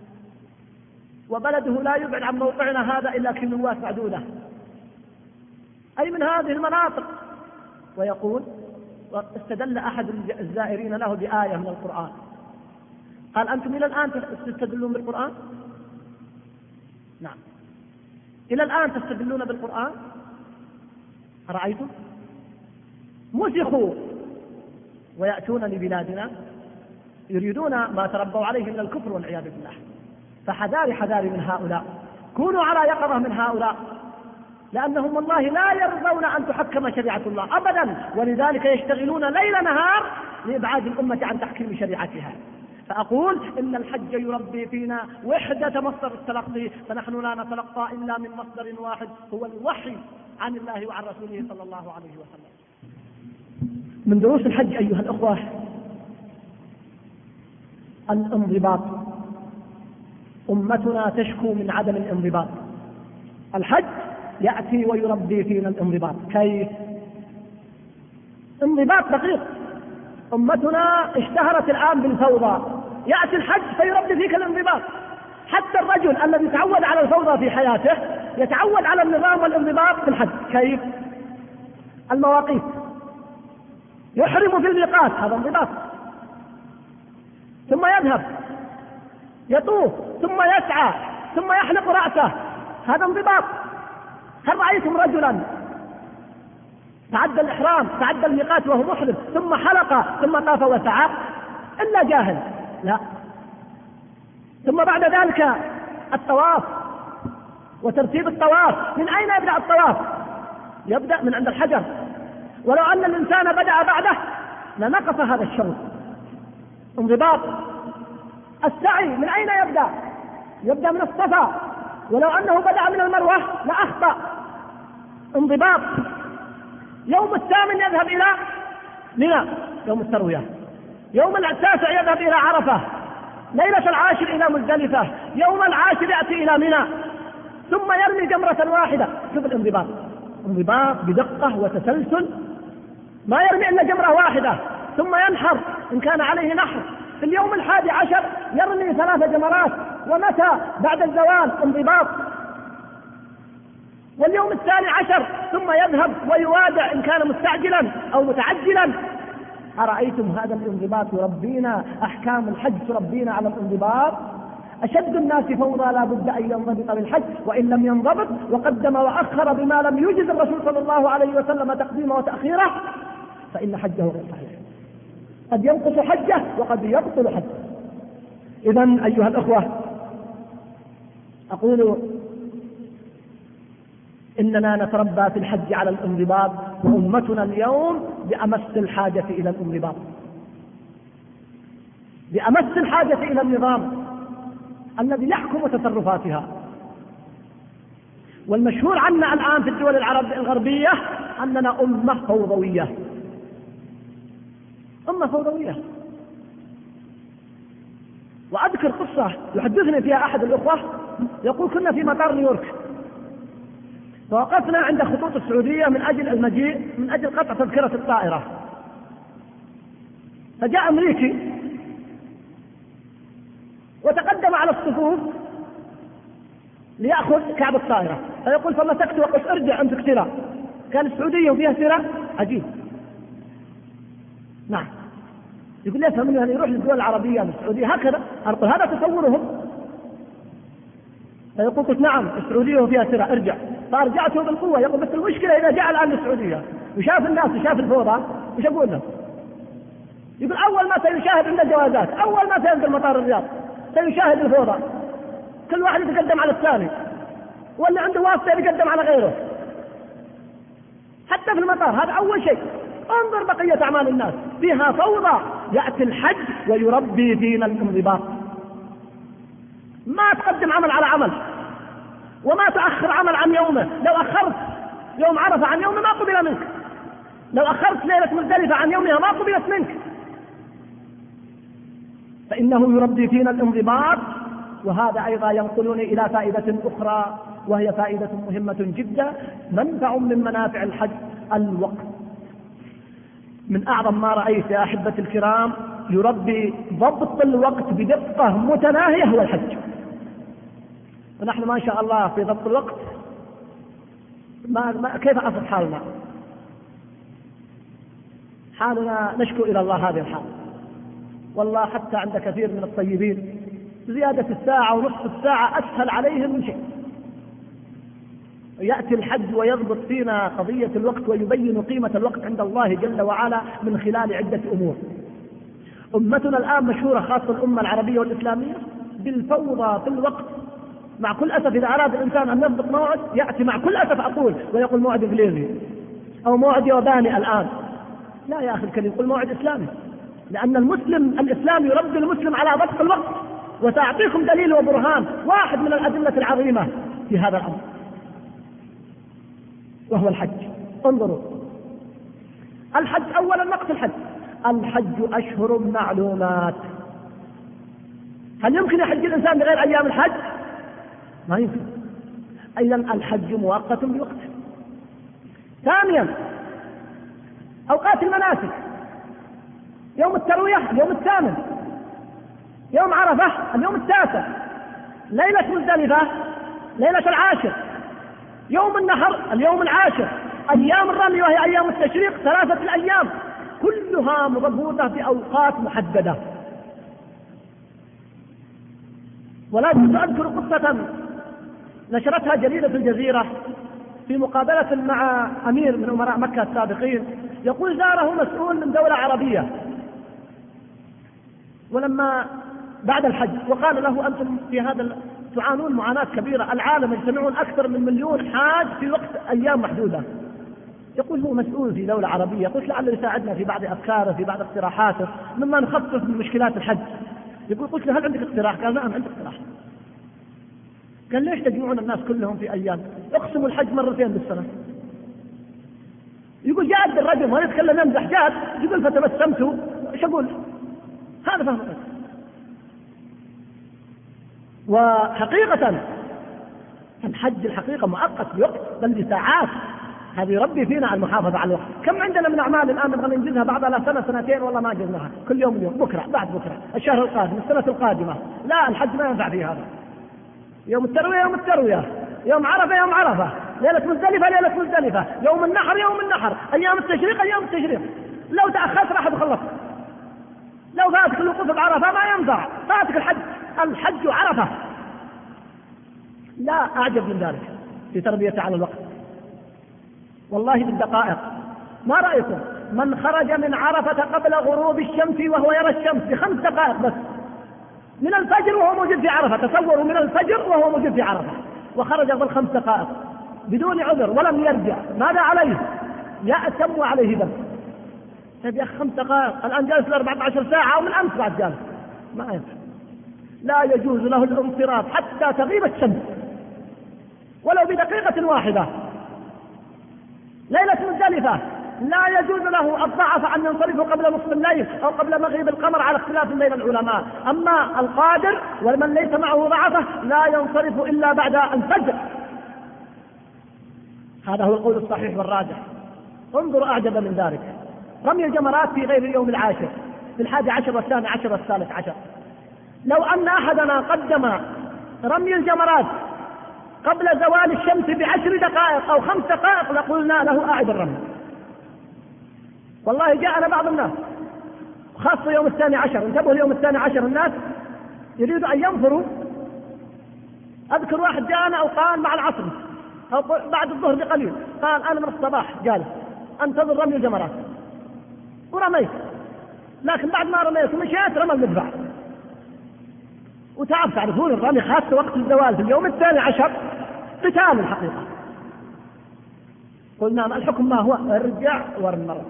وبلده لا يبعد عن موقعنا هذا إلا كيلوات معدودة، أي من هذه المناطق. ويقول واستدل أحد الزائرين له بآية من القرآن، قال أنتم إلى الآن تستدلون بالقرآن؟ نعم، إلى الآن تستدلون بالقرآن. أرأيتم؟ مسخوا ويأتون لبلادنا يريدون ما تربوا عليه من الكفر والعياذ بالله. فحذاري حذاري من هؤلاء، كونوا على يقظة من هؤلاء، لأنهم والله لا يرضون أن تحكم شريعة الله أبدا، ولذلك يشتغلون ليل نهار لإبعاد الأمة عن تحكيم شريعتها. فأقول إن الحج يربي فينا وحدة مصدر التلقي، فنحن لا نتلقى إلا من مصدر واحد هو الوحي عن الله وعن رسوله صلى الله عليه وسلم. من دروس الحج أيها الأخوة الانضباط. أمتنا تشكو من عدم الانضباط. الحج يأتي ويربي فينا الانضباط. كيف؟ انضباط دقيق. أمتنا اشتهرت الآن بالفوضى، يأتي الحج فيربي فيك الانضباط. حتى الرجل الذي تعود على الفوضى في حياته يتعود على النظام والانضباط في الحج. كيف؟ المواقيت، يحرم في الميقات، هذا انضباط، ثم يذهب يطوف ثم يسعى ثم يحلق رأسه، هذا انضباط. هل رأيتم رجلا تعدى الإحرام تعدى الميقات وهو محرم ثم حلق ثم طاف وسعى إلا جاهل؟ لا. ثم بعد ذلك الطواف وترتيب الطواف، من أين يبدأ الطواف؟ يبدأ من عند الحجر، ولو أن الإنسان بدأ بعده لنقص هذا الشوط، انضباط. السعي من أين يبدأ؟ يبدأ من الصفا، ولو أنه بدأ من المروة لأخطأ، انضباط. يوم الثامن يذهب إلى منى يوم التروية، يوم التاسع يذهب إلى عرفة، ليلة العاشر إلى مزدلفة، يوم العاشر يأتي إلى منى، ثم يرمي جمرة واحدة. شوف الانضباط، انضباط بدقة وتسلسل، ما يرمي إلا جمرة واحدة، ثم ينحر إن كان عليه نحر. في اليوم 11 يرمي 3 جمرات، ومتى؟ بعد الزوال، انضباط. واليوم 12 ثم يذهب ويوادع إن كان مستعجلا أو متعجلا. أرأيتم هذا الانضباط يربينا؟ أحكام الحج تربينا على الانضباط. أشد الناس فوضى لا بد أن ينضبط بالحج، وإن لم ينضبط وقدم وأخر بما لم يجز الرسول صلى الله عليه وسلم تقديمه وتأخيره فإن حجه غير صحيح، قد ينقص حجه وقد يبطل حجه. إذن أيها الأخوة، أقول إننا نتربى في الحج على الانضباط، وأمتنا اليوم بأمس الحاجة إلى الانضباط، بأمس الحاجة إلى النظام الذي يحكم تصرفاتها. والمشهور عنا الآن في الدول الغربية أننا أمة فوضوية، أمة فوضوية. وأذكر قصة يحدثني فيها أحد الأخوة، يقول كنا في مطار نيويورك، فوقفنا عند خطوط السعودية من أجل المجيء، من أجل قطع تذكرة الطائرة، فجاء أمريكي وتقدم على الصفوف ليأخذ كعب الطائرة، فيقول فمسكت وقلت ارجع أمسك سيرة. كان السعودية وفيها سيرة عجيب. نعم. يقول لي فهمني أن يروح للدول العربية من السعودية هكذا، أقول هذا تصورهم. فيقول قلت نعم السعودية وفيها سيرة ارجع، فارجعته بالقوة. يقول بس المشكلة إذا جاء الآن للسعودية وشاف الناس وشاف الفوضى وش أقول له؟ يقول أول ما سيشاهد عند الجوازات، أول ما سينزل مطار الرياض سيشاهد الفوضى، كل واحد يتقدم على الثاني، واللي عنده واسطة يتقدم على غيره، حتى في المطار. هذا أول شيء. انظر بقية أعمال الناس فيها فوضى. يأتي الحج ويربي فينا الانضباط، ما تقدم عمل على عمل، وما تأخر عمل عن يومه. لو أخرت يوم عرفة عن يومه ما قبل منك، لو أخرت ليلة مزدلفة عن يومها ما قبلت منك، فإنه يربي فينا الانضباط. وهذا أيضا ينقلني إلى فائدة أخرى، وهي فائدة مهمة جدا، منفع من منافع الحج الوقت. من أعظم ما رأيت يا أحبة الكرام يربي ضبط الوقت بدقة متناهية هو الحج. ونحن ما شاء الله في ضبط الوقت كيف أصف حالنا نشكو إلى الله هذه الحال. والله حتى عند كثير من الطيبين زيادة الساعة ونصف الساعة أسهل عليهم من شيء. يأتي الحج ويضبط فينا قضية الوقت ويبين قيمة الوقت عند الله جل وعلا من خلال عدة أمور. أمتنا الآن مشهورة، خاصة الأمة العربية والإسلامية، بالفوضى في الوقت. مع كل أسف إذا أراد الإنسان أن يضبط موعد يأتي مع كل أسف أقول ويقول موعد إنجليزي أو موعد ياباني الآن. لا يا أخي الكريم، قل موعد إسلامي، لأن المسلم الإسلام يربي المسلم على ضبط الوقت. وسأعطيكم دليل وبرهان واحد من الأدلة العظيمة في هذا الأمر، وهو الحج. انظروا الحج. أولا وقت الحج أشهر معلومات. هل يمكن يحج الإنسان بغير أيام الحج؟ ما يمكن. إذا الحج مؤقت بوقت. ثانيا أوقات المناسك، يوم التروية اليوم 8، يوم عرفة اليوم 9، ليلة مزدلفة ليلة 10، يوم النحر اليوم 10، أيام الرمي وهي أيام التشريق 3 أيام كلها مربوطة بأوقات محددة. ولا كنت أذكر قصة نشرتها جريدة الجزيرة في مقابلة مع أمير من أمراء مكة السابقين، يقول زاره مسؤول من دولة عربية ولما بعد الحج وقال له أنتم في هذا تعانون معاناة كبيرة، العالم يجتمعون أكثر من 1,000,000 حاج في وقت أيام محدودة. يقول هو مسؤول في دولة عربية، قلت لعله يساعدنا في بعض أفكاره في بعض اقتراحاته مما نخفف من مشكلات الحج. يقول قلت له هل عندك اقتراح؟ قال نعم عندي اقتراح. قال ليش تجمعون الناس كلهم في أيام؟ اقسموا الحج مرتين بالسنة. يقول جاد الرجل ما يتكلم يمزح جاد، يقول فتبسمت ايش اقول؟ هذا فهم. وحقيقة الحج الحقيقة مؤقت بوقت بل بساعات، هذه يربي فينا المحافظة على الوقت. كم عندنا من أعمال الآن نبغى ننجزها بعد سنة سنتين والله ما جزناها، كل يوم بكرة بعد بكرة الشهر القادم السنة القادمة. لا، الحج ما ينفع فيه هذا. يوم التروية يوم التروية، يوم عرفة يوم عرفة، ليلة مزدلفة ليلة مزدلفة، يوم النحر يوم النحر، أيام التشريق أيام التشريق. لو تأخرت راح تخلص. لو فاتك الوقوف بعرفة ما ينفع، فاتك الحج عرفة. لا أعجب من ذلك في تربيته على الوقت والله بالدقائق. ما رأيكم من خرج من عرفة قبل غروب الشمس وهو يرى الشمس ب5 دقائق بس من الفجر وهو موجود في عرفة، تصوروا من الفجر وهو موجود في عرفة وخرج قبل 5 دقائق بدون عذر ولم يرجع، ماذا عليه؟ يأتم وعليه ذنب. طيب يا أخي 5 دقائق، الآن جالس 14 ساعة ومن أمس بعد جالس، ما ينفع. لا يجوز له الانصراف حتى تغيب الشمس ولو بدقيقة واحدة. ليلة مزدلفة لا يجوز له الضعف أن ينصرف قبل نصف الليل أو قبل مغيب القمر على اختلاف بين العلماء. أما القادر ومن ليس معه ضعفه لا ينصرف إلا بعد الفجر. هذا هو القول الصحيح والراجح. انظروا أعجب من ذلك، رمي الجمرات في غير اليوم العاشر، في 11 والثاني عشر والثالث عشر. لو أن أحدنا قدم رمي الجمرات قبل زوال الشمس ب10 دقائق أو 5 دقائق لقلنا له أعد الرمي. والله جاءنا بعض الناس خاصة يوم 12، انتبهوا اليوم 12 الناس يريدوا أن ينفروا. أذكر واحد جاءنا أو قال مع العصر أو بعد الظهر بقليل، قال أنا من الصباح جالس أنتظر رمي الجمرات ورميت، لكن بعد ما رميت ومشيت رمى المدفع. تعرفون الرمي خاصة وقت الزوال في اليوم 12 قتال الحقيقة. قلنا ما الحكم؟ ما هو؟ ارجع ورمي مرة.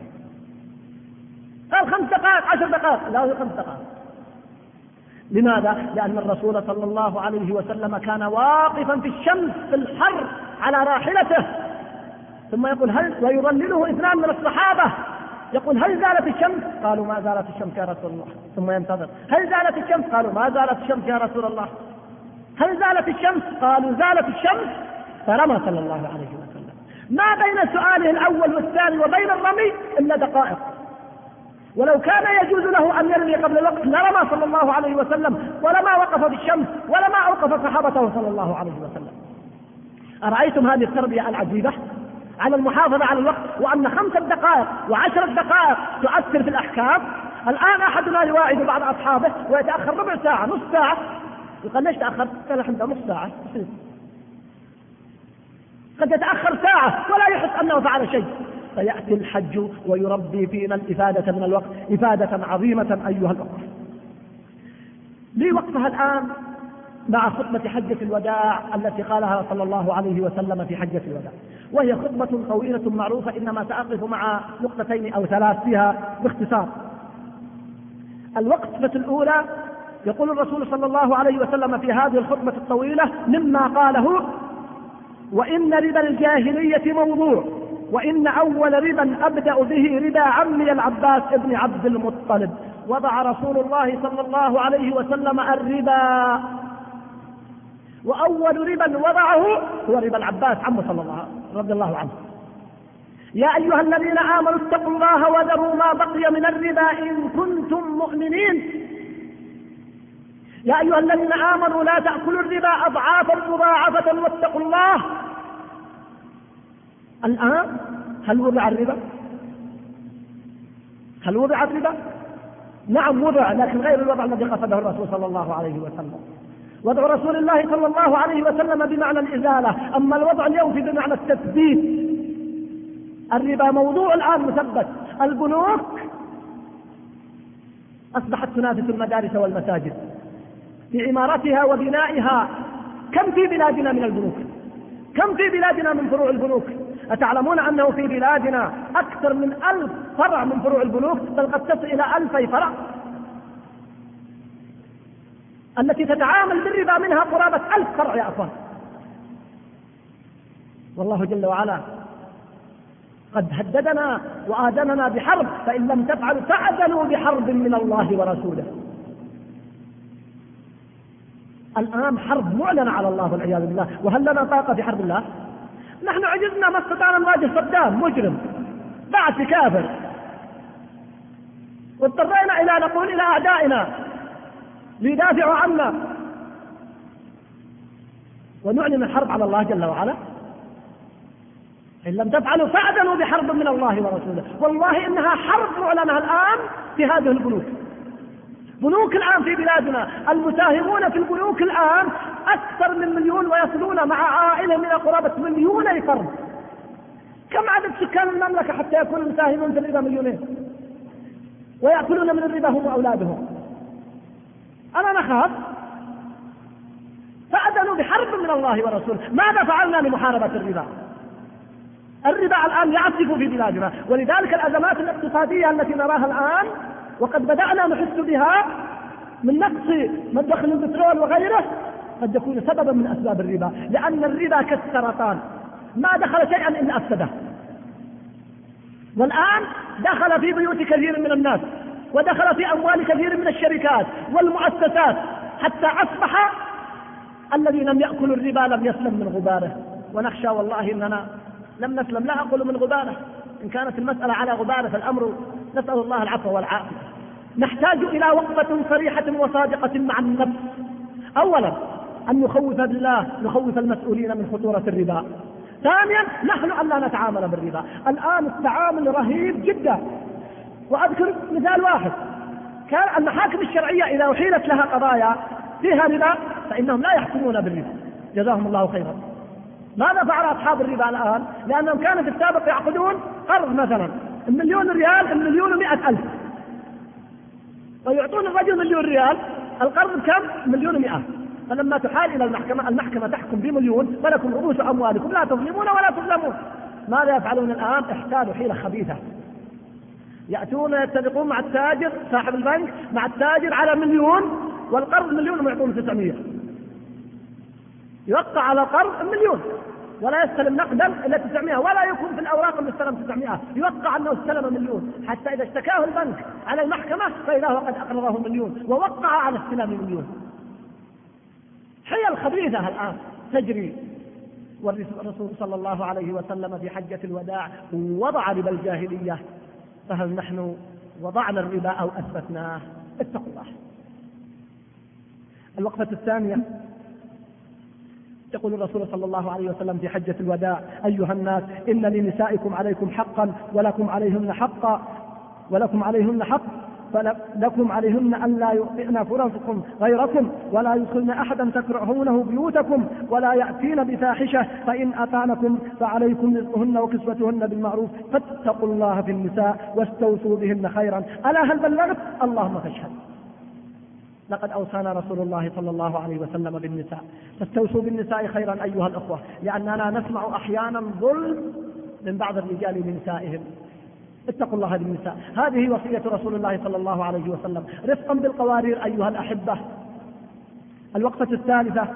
قال 5 دقائق 10 دقائق، لا 5 دقائق. لماذا؟ لأن الرسول صلى الله عليه وسلم كان واقفا في الشمس في الحر على راحلته ثم يقول ويظلله 2 من الصحابة يقول هل زالت الشمس؟ قالوا ما زالت الشمس يا رسول الله. ثم ينتظر هل زالت الشمس؟ قالوا ما زالت الشمس يا رسول الله. هل زالت الشمس؟ قالوا زالت الشمس. فرمى صلى الله عليه وسلم. ما بين سؤاله الأول والثاني وبين الرمي إلا دقائق. ولو كان يجوز له أن يرمي قبل الوقت لرمى صلى الله عليه وسلم ولما وقف في الشمس ولما أوقف صحابته صلى الله عليه وسلم. أرأيتم هذه التربية العجيبة على المحافظة على الوقت، وأن 5 دقائق و10 دقائق تؤثر في الأحكام. الآن أحدنا يواعد بعض أصحابه ويتأخر ربع ساعة نصف ساعة، يقول ليش تأخرت؟ قال الحمد لله نصف ساعة. قد يتأخر ساعة ولا يحس أنه فعل شيء. فيأتي الحج ويربي فينا الإفادة من الوقت إفادة عظيمة أيها الأخوة. لي وقفها الآن مع خطبة حجة الوداع التي قالها صلى الله عليه وسلم في حجة الوداع، وهي خطبة طويلة معروفة، إنما سأقف مع نقطتين أو 3 فيها باختصار. الوقفة الأولى يقول الرسول صلى الله عليه وسلم في هذه الخطبة الطويلة مما قاله: وإن ربا الجاهلية موضوع، وإن أول ربا أبدأ به ربا عمي العباس ابن عبد المطلب. وضع رسول الله صلى الله عليه وسلم الربا، وأول ربا وضعه هو ربا العباس عمه صلى الله رضي الله عنه. يا أيها الذين آمنوا اتقوا الله وذروا ما بقي من الربا إن كنتم مؤمنين. يا أيها الذين آمنوا لا تأكلوا الربا أضعافا مضاعفة واتقوا الله. الآن هل وضع الربا؟ هل وضع الربا؟ نعم وضع، لكن غير الوضع الذي قصده الرسول صلى الله عليه وسلم. وضع رسول الله صلى الله عليه وسلم بمعنى الإزالة، أما الوضع اليوم في بمعنى التثبيت. الربا موضوع الآن مثبت. البنوك أصبحت تنافس المدارس والمساجد في عمارتها وبنائها. كم في بلادنا من البنوك؟ كم في بلادنا من فروع البنوك؟ أتعلمون أنه في بلادنا أكثر من 1000 فرع من فروع البنوك، بل قد تصل إلى 2000 فرع التي تتعامل بالربا، منها قرابة 1000 فرع يا أخوان. والله جل وعلا قد هددنا وآذننا بحرب، فإن لم تفعلوا فأذنوا بحرب من الله ورسوله. الآن حرب معلنة على الله والعياذ بالله، وهل لنا طاقة في حرب الله؟ نحن عجزنا، ما استطعنا نواجه صدام مجرم بعث كافر، واضطرينا إلى نقول إلى أعدائنا ليدافعوا عنا ونعلن الحرب على الله جل وعلا. إن لم تفعلوا فأذنوا بحرب من الله ورسوله. والله إنها حرب معلنة الآن في هذه البنوك. بنوك الآن في بلادنا، المساهمون في البنوك الآن أكثر من 1,000,000، ويصلون مع عائلة من قرابة 2,000,000 فرد. كم عدد سكان المملكة حتى يكون المساهمون في الربا 2,000,000 ويأكلون من الربا هم وأولادهم؟ أنا نخاف. فأذنوا بحرب من الله ورسوله. ماذا فعلنا لمحاربة الربا؟ الربا الآن يعصف في بلادنا، ولذلك الأزمات الاقتصادية التي نراها الآن وقد بدأنا نحس بها من نقص مدخل البترول وغيره قد يكون سببا من أسباب الربا، لأن الربا كالسرطان ما دخل شيئا إلا أفسده. والآن دخل في بيوت كثير من الناس، ودخل في أموال كثير من الشركات والمؤسسات، حتى أصبح الذي لم يأكل الربا لم يسلم من غباره. ونخشى والله إننا لم نسلم، لا أقول من غباره، إن كانت المسألة على غباره فالأمر نسأل الله العفو والعافية. نحتاج إلى وقفة صريحة وصادقة مع النفس. أولا أن نخوف بالله، نخوف المسؤولين من خطورة الربا. ثانيا نحن أن لا نتعامل بالربا. الآن التعامل رهيب جدا. وأذكر مثال واحد، كان المحاكم الشرعية إذا أحيلت لها قضايا فيها ربا فإنهم لا يحكمون بالربا، جزاهم الله خيرا. ماذا فعل أصحاب الربا الآن؟ لأنهم كانوا في السابق يعقدون قرض مثلا 1,000,000 ريال، 1,100,000، ويعطون الرجل 1,000,000 ريال، القرض كم؟ 1,100,000. فلما تحال إلى المحكمة تحكم ب1,000,000 ولكم رؤوس أموالكم لا تظلمون ولا تظلمون. ماذا يفعلون الآن؟ احتالوا حيلة خبيثة، يأتون يتفقون مع التاجر صاحب البنك مع التاجر على 1,000,000 والقرض 1,000,000 ويعطون 900. يوقع على قرض 1,000,000 ولا يستلم نقدا إلا 900، ولا يكون في الأوراق اللي استلم 900، يوقع أنه استلم 1,000,000 حتى إذا اشتكاه البنك على المحكمة فإذا هو قد أقرضه 1,000,000 ووقع على استلام 1,000,000. حيل خبيثة الآن تجري. والرسول صلى الله عليه وسلم في حجة الوداع وضع ربا الجاهلية، فهل نحن وضعنا الربا أو أثبتناه؟ اتقوا الله. الوقفة الثانية، يقول الرسول صلى الله عليه وسلم في حجة الوداع: أيها الناس إن لنسائكم عليكم حقا ولكم عليهن حق، فلكم عليهن أن لا يؤذين فرجكم غيركم، ولا يدخلن أحدا تكرهونه بيوتكم، ولا يأتين بفاحشة، فإن أطعنكم فعليكم رزقهن وكسوتهن بالمعروف، فاتقوا الله في النساء واستوصوا بهن خيرا. ألا هل بلغت؟ اللهم فاشهد. لقد أوصانا رسول الله صلى الله عليه وسلم بالنساء، فاستوصوا بالنساء خيرا أيها الأخوة، لأننا نسمع أحيانا ظلم من بعض الرجال لنسائهم. اتقوا الله بالنساء. هذه وصية رسول الله صلى الله عليه وسلم، رفقا بالقوارير أيها الأحبة. الوقفة الثالثة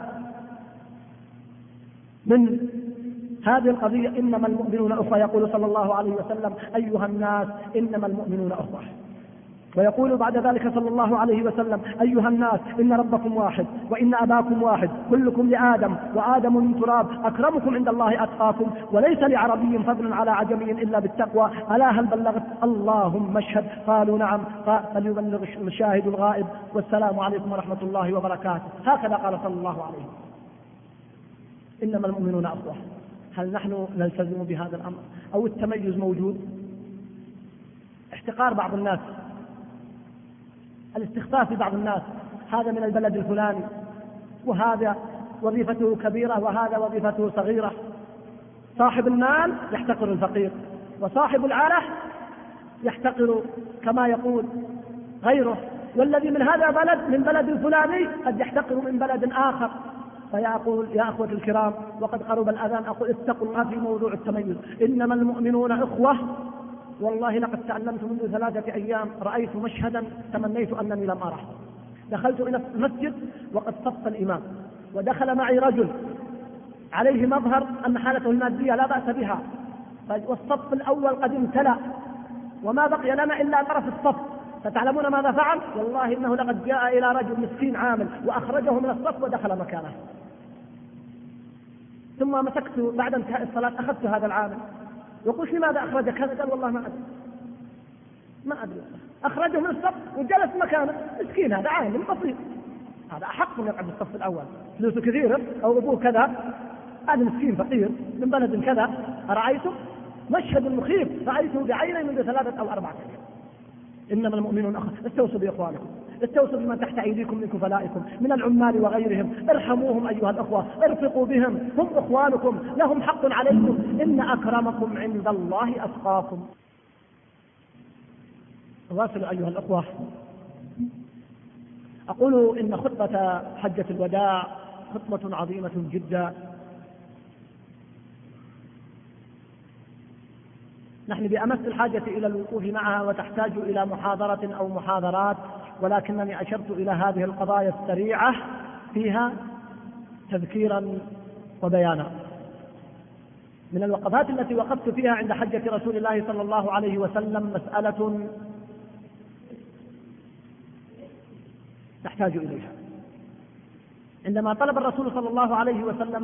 من هذه القضية: إنما المؤمنون أخوة. يقول صلى الله عليه وسلم: أيها الناس إنما المؤمنون أخوة. ويقول بعد ذلك صلى الله عليه وسلم: أيها الناس إن ربكم واحد وإن أباكم واحد، كلكم لآدم وآدم من تراب، أكرمكم عند الله أتقاكم، وليس لعربي فضل على عجمي إلا بالتقوى. ألا هل بلغت؟ اللهم اشهد. قالوا نعم. قال: فليبلغ الشاهد الغائب، والسلام عليكم ورحمة الله وبركاته. هكذا قال صلى الله عليه وسلم. إنما المؤمنون أخوة. هل نحن نلتزم بهذا الأمر أو التميز موجود؟ احتقار بعض الناس، الاستخفاف في بعض الناس، هذا من البلد الفلاني وهذا وظيفته كبيرة وهذا وظيفته صغيرة. صاحب المال يحتقر الفقير، وصاحب العالة يحتقر كما يقول غيره، والذي من هذا بلد من بلد فلاني قد يحتقر من بلد آخر. فيقول يا أخوة الكرام وقد قرب الأذان أقول اتقوا الله في موضوع التميز، إنما المؤمنون إخوة. والله لقد تعلمت منذ 3 أيام رأيت مشهدا تمنيت أنني لم أره. دخلت إلى المسجد وقد صف الإمام، ودخل معي رجل عليه مظهر أن حالته المادية لا بأس بها، والصف الأول قد امتلأ وما بقي لنا إلا طرف الصف. فتعلمون ماذا فعل؟ والله إنه لقد جاء إلى رجل مسكين عامل وأخرجه من الصف ودخل مكانه. ثم مسكت بعد انتهاء الصلاة أخذت هذا العامل وقلت لماذا أخرجك هذا؟ قال والله ما أدري أخرجه من الصف وجلس مكانه. مسكين هذا عامل بسيط، هذا أحق من يقعد بالصف الأول، فلوسه كثيرة أو أبوه كذا، هذا مسكين فقير من بلد كذا. أرأيتم مشهد مخيف رأيته بعيني منذ 3 أو 4 أيام. إنما المؤمنون أخوة. استوصوا بإخوانكم، استوصوا بمن تحت أيديكم من كفلائكم من العمال وغيرهم، ارحموهم أيها الأخوة، ارفقوا بهم، هم إخوانكم، لهم حق عليكم، إن أكرمكم عند الله أتقاكم. واصل أيها الأخوة، أقول إن خطبة حجة الوداع خطبة عظيمة جدا. نحن بأمس الحاجة إلى الوقوف معها وتحتاج إلى محاضرة أو محاضرات، ولكنني أشرت إلى هذه القضايا السريعة فيها تذكيرا وبيانا. من الوقفات التي وقفت فيها عند حجة رسول الله صلى الله عليه وسلم مسألة نحتاج إليها. عندما طلب الرسول صلى الله عليه وسلم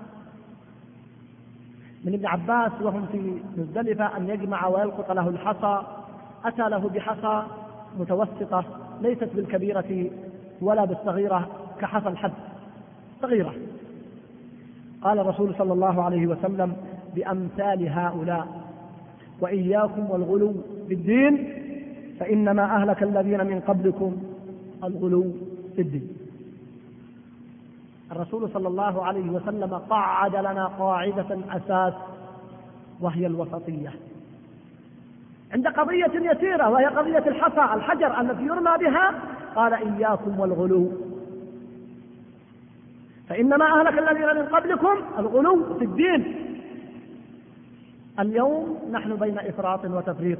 من ابن عباس وهم في مزدلفة أن يجمع ويلقط له الحصى، أتى له بحصى متوسطة ليست بالكبيرة ولا بالصغيرة كحصى الحد، صغيرة. قال الرسول صلى الله عليه وسلم بأمثال هؤلاء وإياكم والغلو في الدين فإنما أهلك الذين من قبلكم الغلو في الدين. الرسول صلى الله عليه وسلم قعد لنا قاعدة أساس وهي الوسطية عند قضية يسيرة وهي قضية الحصى الحجر التي يرمى بها. قال إياكم والغلو فإنما أهلك الذين من قبلكم الغلو في الدين. اليوم نحن بين إفراط وتفريط،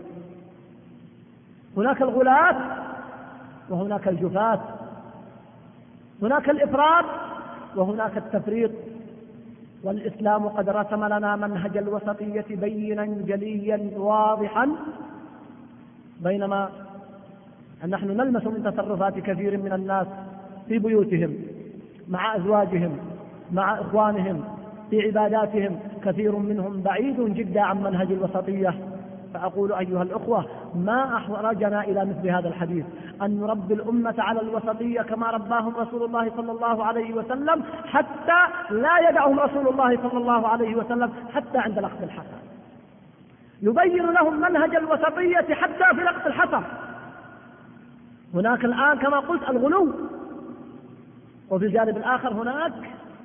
هناك الغلاة وهناك الجفاة، هناك الإفراط وهناك التفريط. والإسلام قد رسم لنا منهج الوسطية بينا جليا واضحا، بينما نحن نلمس من تصرفات كثير من الناس في بيوتهم مع أزواجهم مع إخوانهم في عباداتهم كثير منهم بعيد جدا عن منهج الوسطية. فأقول أيها الأخوة ما أحوجنا إلى مثل هذا الحديث أن نربي الأمة على الوسطية كما رباهم رسول الله صلى الله عليه وسلم، حتى لا يدعهم رسول الله صلى الله عليه وسلم حتى عند لقط الحصى، يبين لهم منهج الوسطية حتى في لقط الحصى. هناك الآن كما قلت الغلو، وفي الجانب الآخر هناك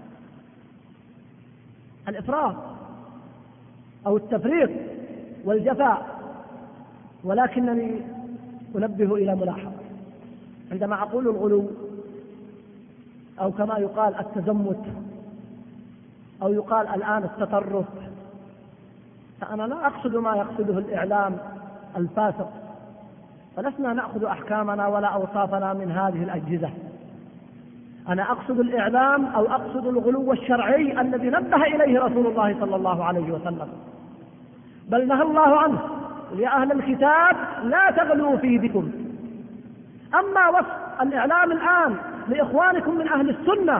الإفراط أو التفريط والجفاء. ولكنني أنبه إلى ملاحظة عندما أقول الغلو أو كما يقال التزمت أو يقال الآن التطرف، فأنا لا أقصد ما يقصده الإعلام الفاسق، فلسنا نأخذ أحكامنا ولا أوصافنا من هذه الأجهزة. أنا أقصد الإعلام أو أقصد الغلو الشرعي الذي نبه إليه رسول الله صلى الله عليه وسلم، بل نهى الله عنه يا أهل الكتاب لا تغلوا في دينكم. أما وصف الإعلام الآن لإخوانكم من أهل السنة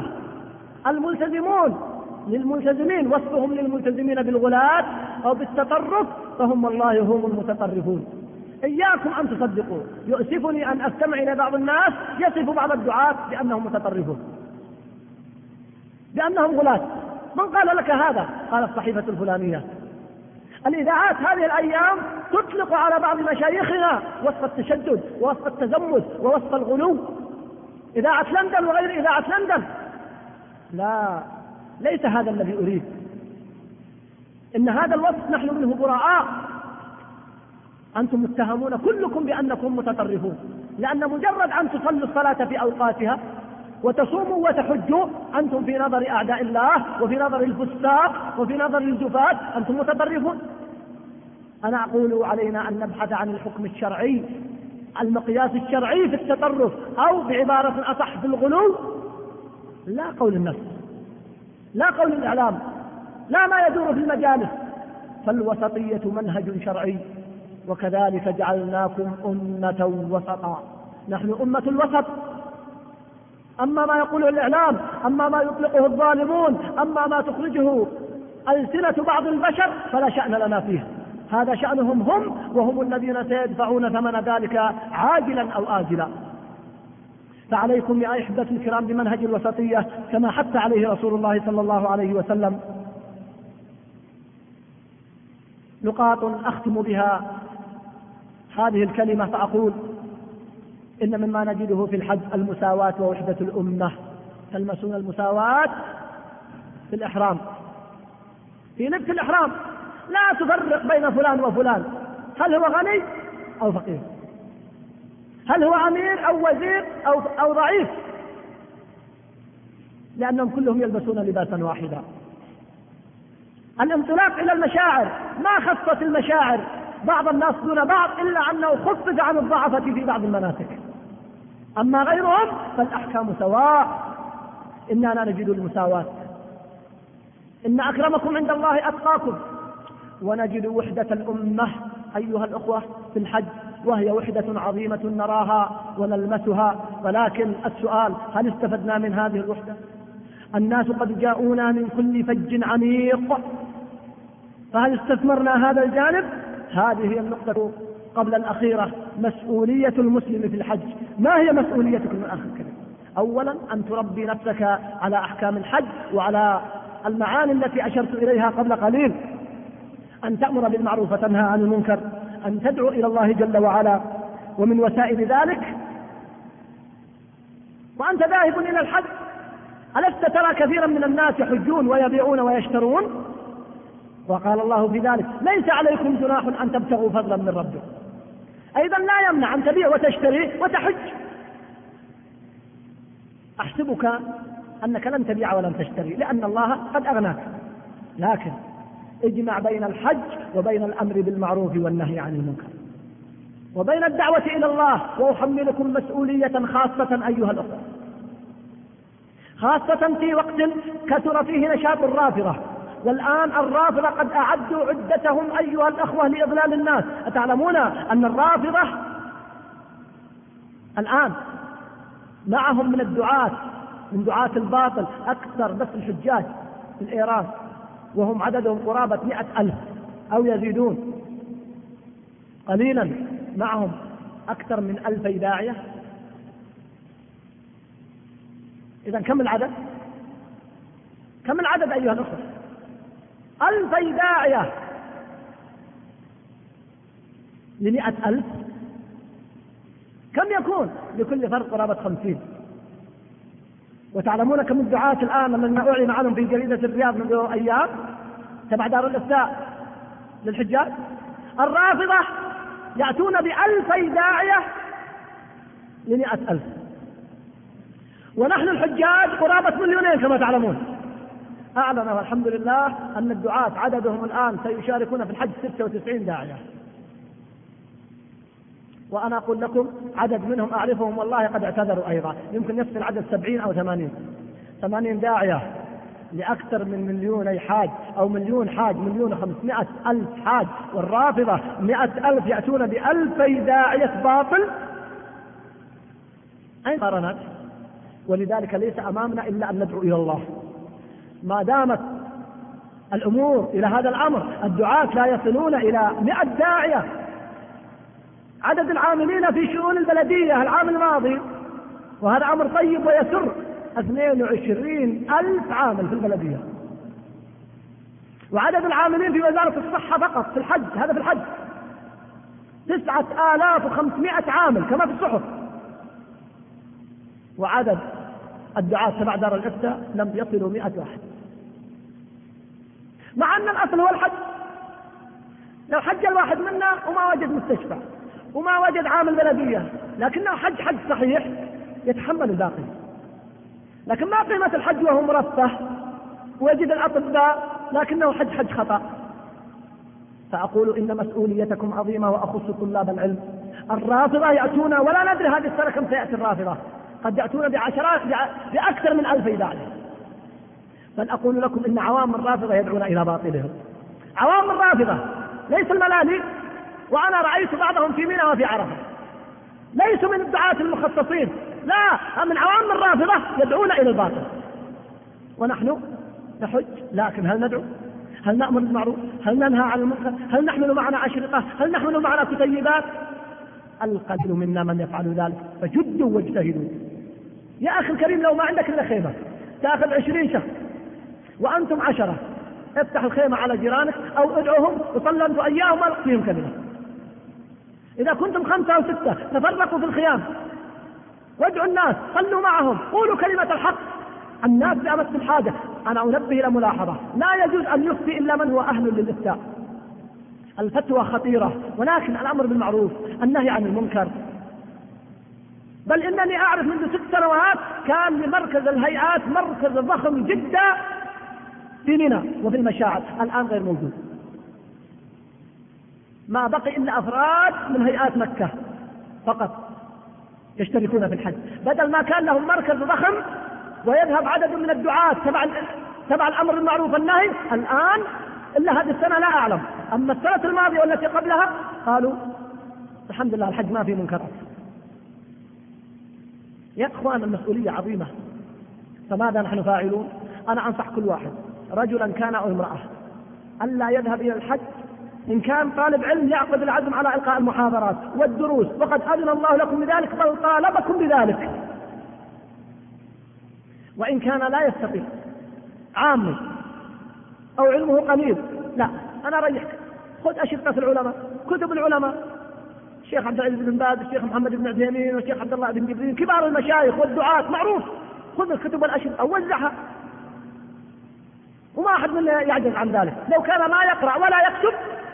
الملتزمين وصفهم للملتزمين بالغلاة أو بالتطرف فهم والله هم المتطرفون. إياكم أن تصدقوا. يؤسفني أن أستمع إلى بعض الناس يصف بعض الدعاة بأنهم متطرفون، بأنهم غلاة. من قال لك هذا؟ قال الصحيفة الفلانية. الإذاعات هذه الأيام تطلق على بعض مشايخنا وصف التشدد ووصف التزمت ووصف الغلو، إذاعة لندن وغير إذاعة لندن. لا، ليس هذا الذي أريد. إن هذا الوصف نحن منه براء. أنتم متهمون كلكم بأنكم متطرفون، لأن مجرد أن تصلوا الصلاة في أوقاتها وتصوموا وتحجوا أنتم في نظر أعداء الله وفي نظر الفساق وفي نظر الجفاة أنتم متطرفون. أنا أقول علينا أن نبحث عن الحكم الشرعي، المقياس الشرعي في التطرف، أو بعبارة أصح في الغلو، لا قول النفس، لا قول الإعلام، لا ما يدور في المجالس. فالوسطية منهج شرعي، وكذلك جعلناكم أمة وسطا. نحن أمة الوسط. أما ما يقوله الإعلام، أما ما يطلقه الظالمون، أما ما تخرجه ألسنة بعض البشر فلا شأن لنا فيه، هذا شأنهم هم، وهم الذين سيدفعون ثمن ذلك عاجلا أو آجلا. فعليكم يا أحبة الكرام بمنهج الوسطية كما حث عليه رسول الله صلى الله عليه وسلم. نقاط أختم بها هذه الكلمة فأقول: إن مما نجده في الحج المساواة ووحدة الأمة. تلمسون المساواة في الإحرام، في لبس الإحرام، لا تفرق بين فلان وفلان، هل هو غني أو فقير، هل هو أمير أو وزير أو ضعيف، لأنهم كلهم يلبسون لباسا واحدا. الانطلاق إلى المشاعر، ما خصت المشاعر بعض الناس دون بعض إلا أنه خفف عن الضعفة في بعض المناسك، أما غيرهم فالأحكام سواء. إننا لا نجد المساواة. إن أكرمكم عند الله أتقاكم. ونجد وحدة الأمة أيها الأخوة في الحج، وهي وحدة عظيمة نراها ونلمسها، ولكن السؤال: هل استفدنا من هذه الوحدة؟ الناس قد جاءونا من كل فج عميق، فهل استثمرنا هذا الجانب؟ هذه هي النقطة قبل الأخيرة. مسؤولية المسلم في الحج. ما هي مسؤوليتك من أخي الكريم؟ أولا أن تربي نفسك على أحكام الحج وعلى المعاني التي أشرت إليها قبل قليل، أن تأمر بالمعروف وتنهى عن المنكر، أن تدعو إلى الله جل وعلا، ومن وسائل ذلك وأنت ذاهب إلى الحج ألست ترى كثيرا من الناس يحجون ويبيعون ويشترون؟ وقال الله في ذلك: ليس عليكم جناح أن تبتغوا فضلا من ربكم. أيضا لا يمنع أن تبيع وتشتري وتحج. أحسبك أنك لن تبيع ولن تشتري لأن الله قد أغناك، لكن اجمع بين الحج وبين الأمر بالمعروف والنهي عن المنكر وبين الدعوة إلى الله. وأحملكم مسؤولية خاصة أيها الأخوة، خاصة في وقت كثر فيه نشاط الرافضة، والآن الرافضة قد أعدوا عدتهم أيها الأخوة لإضلال الناس. أتعلمون أن الرافضة الآن معهم من الدعاة، من دعاة الباطل أكثر بس الحجاج في إيران، وهم عددهم قرابة 100,000 أو يزيدون قليلا، معهم أكثر من 2000 داعية. إذن كم العدد؟ كم العدد أيها الأخوة؟ 2000 داعية ل100,000، كم يكون لكل فرد؟ قرابة 50. وتعلمون كم الدعاة الآن الذين أعلن عنهم في جريدة الرياض منذ أيام تبع دار الإفتاء للحجاج؟ الرافضة يأتون ب2000 داعية ل100,000، ونحن الحجاج قرابة 2,000,000 كما تعلمون. أعلن والحمد لله أن الدعاة عددهم الآن سيشاركون في الحج 96 داعية، وأنا أقول لكم عدد منهم أعرفهم والله قد اعتذروا أيضا، يمكن يصل العدد 70 أو 80 داعية لأكثر من 1,000,000 حاج أو 1,000,000 حاج، 1,500,000 حاج، والرافضة 100,000 يأتون ب2000 داعية باطل. أين قارنت؟ ولذلك ليس أمامنا إلا أن ندعو إلى الله. ما دامت الأمور إلى هذا الأمر، الدعاة لا يصلون إلى 100 داعية. عدد العاملين في شؤون البلدية العام الماضي، وهذا أمر طيب ويسر، 22,000 عامل في البلدية. وعدد العاملين في وزارة الصحة فقط في الحج، هذا في الحج 9500 عامل كما في الصحف. وعدد الدعاة تبع دار الإفتاء لم يصلوا 100 واحد، مع أن الأصل هو الحج. لو حج الواحد منا وما وجد مستشفى وما وجد عامل بلدية لكنه حج صحيح يتحمل الباقي. لكن ما قيمة الحج وهو مرفه ويجد الأطباء لكنه حج خطأ. فأقول إن مسؤوليتكم عظيمة، وأخص طلاب العلم. الرافضة يأتون ولا ندري هذه السنة كم سيأتي الرافضة، قد يأتون بأكثر من 1000 إذاعة. بل أقول لكم إن عوام الرافضة يدعون إلى باطلهم. عوام الرافضة ليس الملالي، وأنا رأيت بعضهم في منى وفي عرفة، ليسوا من الدعاة المخصصين، لا، من عوام الرافضة يدعون إلى الباطل. ونحن نحج، لكن هل ندعو؟ هل نأمر بالمعروف؟ هل ننهى عن المنكر؟ هل نحمل معنا أشرطة؟ هل نحمل معنا كتيبات؟ القليل منا من يفعل ذلك، فجدوا واجتهدوا. يا أخي الكريم، لو ما عندك إلا خيمة تأخذ 20 شخص وأنتم 10، افتح الخيمة على جيرانك أو ادعوهم وصلوا أياهم ما فيهم كلمة. إذا كنتم 5 أو 6 تفرقوا في الخيام وادعوا الناس، صلوا معهم، قولوا كلمة الحق. الناس بأمس الحاجة. أنا أنبه إلى ملاحظة: لا يجوز أن يفتي إلا من هو أهل للإفتاء. الفتوى خطيرة، ولكن الأمر بالمعروف، النهي عن المنكر. بل إنني أعرف منذ 6 سنوات كان لمركز الهيئات مركز ضخم جدا في منى وفي المشاعر، الآن غير موجود. ما بقي إلا أفراد من هيئات مكة فقط يشتركون في الحج، بدل ما كان لهم مركز ضخم ويذهب عدد من الدعاة تبع الأمر بالمعروف والنهي. الآن إلا هذه السنة لا أعلم، أما السنة الماضية والتي قبلها قالوا الحمد لله الحج ما في منكرات. يا إخوان، المسؤولية عظيمة، فماذا نحن فاعلون؟ أنا أنصح كل واحد، رجلا كان أو امرأة، ألا يذهب إلى الحج. إن كان طالب علم يعقد العزم على إلقاء المحاضرات والدروس، وقد أذن الله لكم بذلك، بل طالبكم بذلك. وإن كان لا يستطيع، عامي أو علمه قليل، لا، أنا ريحك، خذ أشرطة العلماء، كتب العلماء، الشيخ عبد العزيز بن باز، الشيخ محمد بن عثيمين، والشيخ عبد الله بن جبريل، كبار المشايخ والدعاة معروف، خذ الكتب والأشرطة ووزعها، وما أحد منا يعجز عن ذلك. لو كان ما يقرأ ولا يكتب.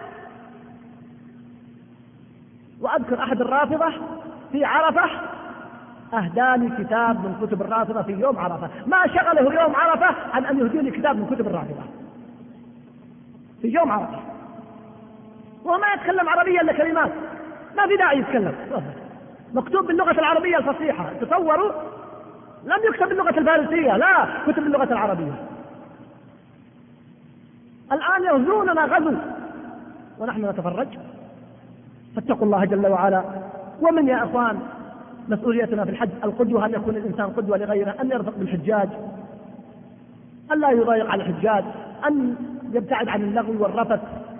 وأذكر أحد الرافضة في عرفة أهداني كتاب من كتب الرافضة في يوم عرفة، ما شغله يوم عرفة عن أن يهديني كتاب من كتب الرافضة في يوم عرفة، وهو ما يتكلم عربية إلا كلمات، ما في داعي يتكلم، مكتوب باللغة العربية الفصيحة. تصوروا، لم يكتب باللغة الفارسية، لا، كتب باللغة العربية. الآن يغزوننا غزو ونحن نتفرج. فاتقوا الله جل وعلا. ومن يا أخوان مسؤوليتنا في الحج القدوة، أن يكون الإنسان قدوة لغيره، أن يرفق بالحجاج، أن لا يضايق على الحجاج، أن يبتعد عن اللغو والرفث.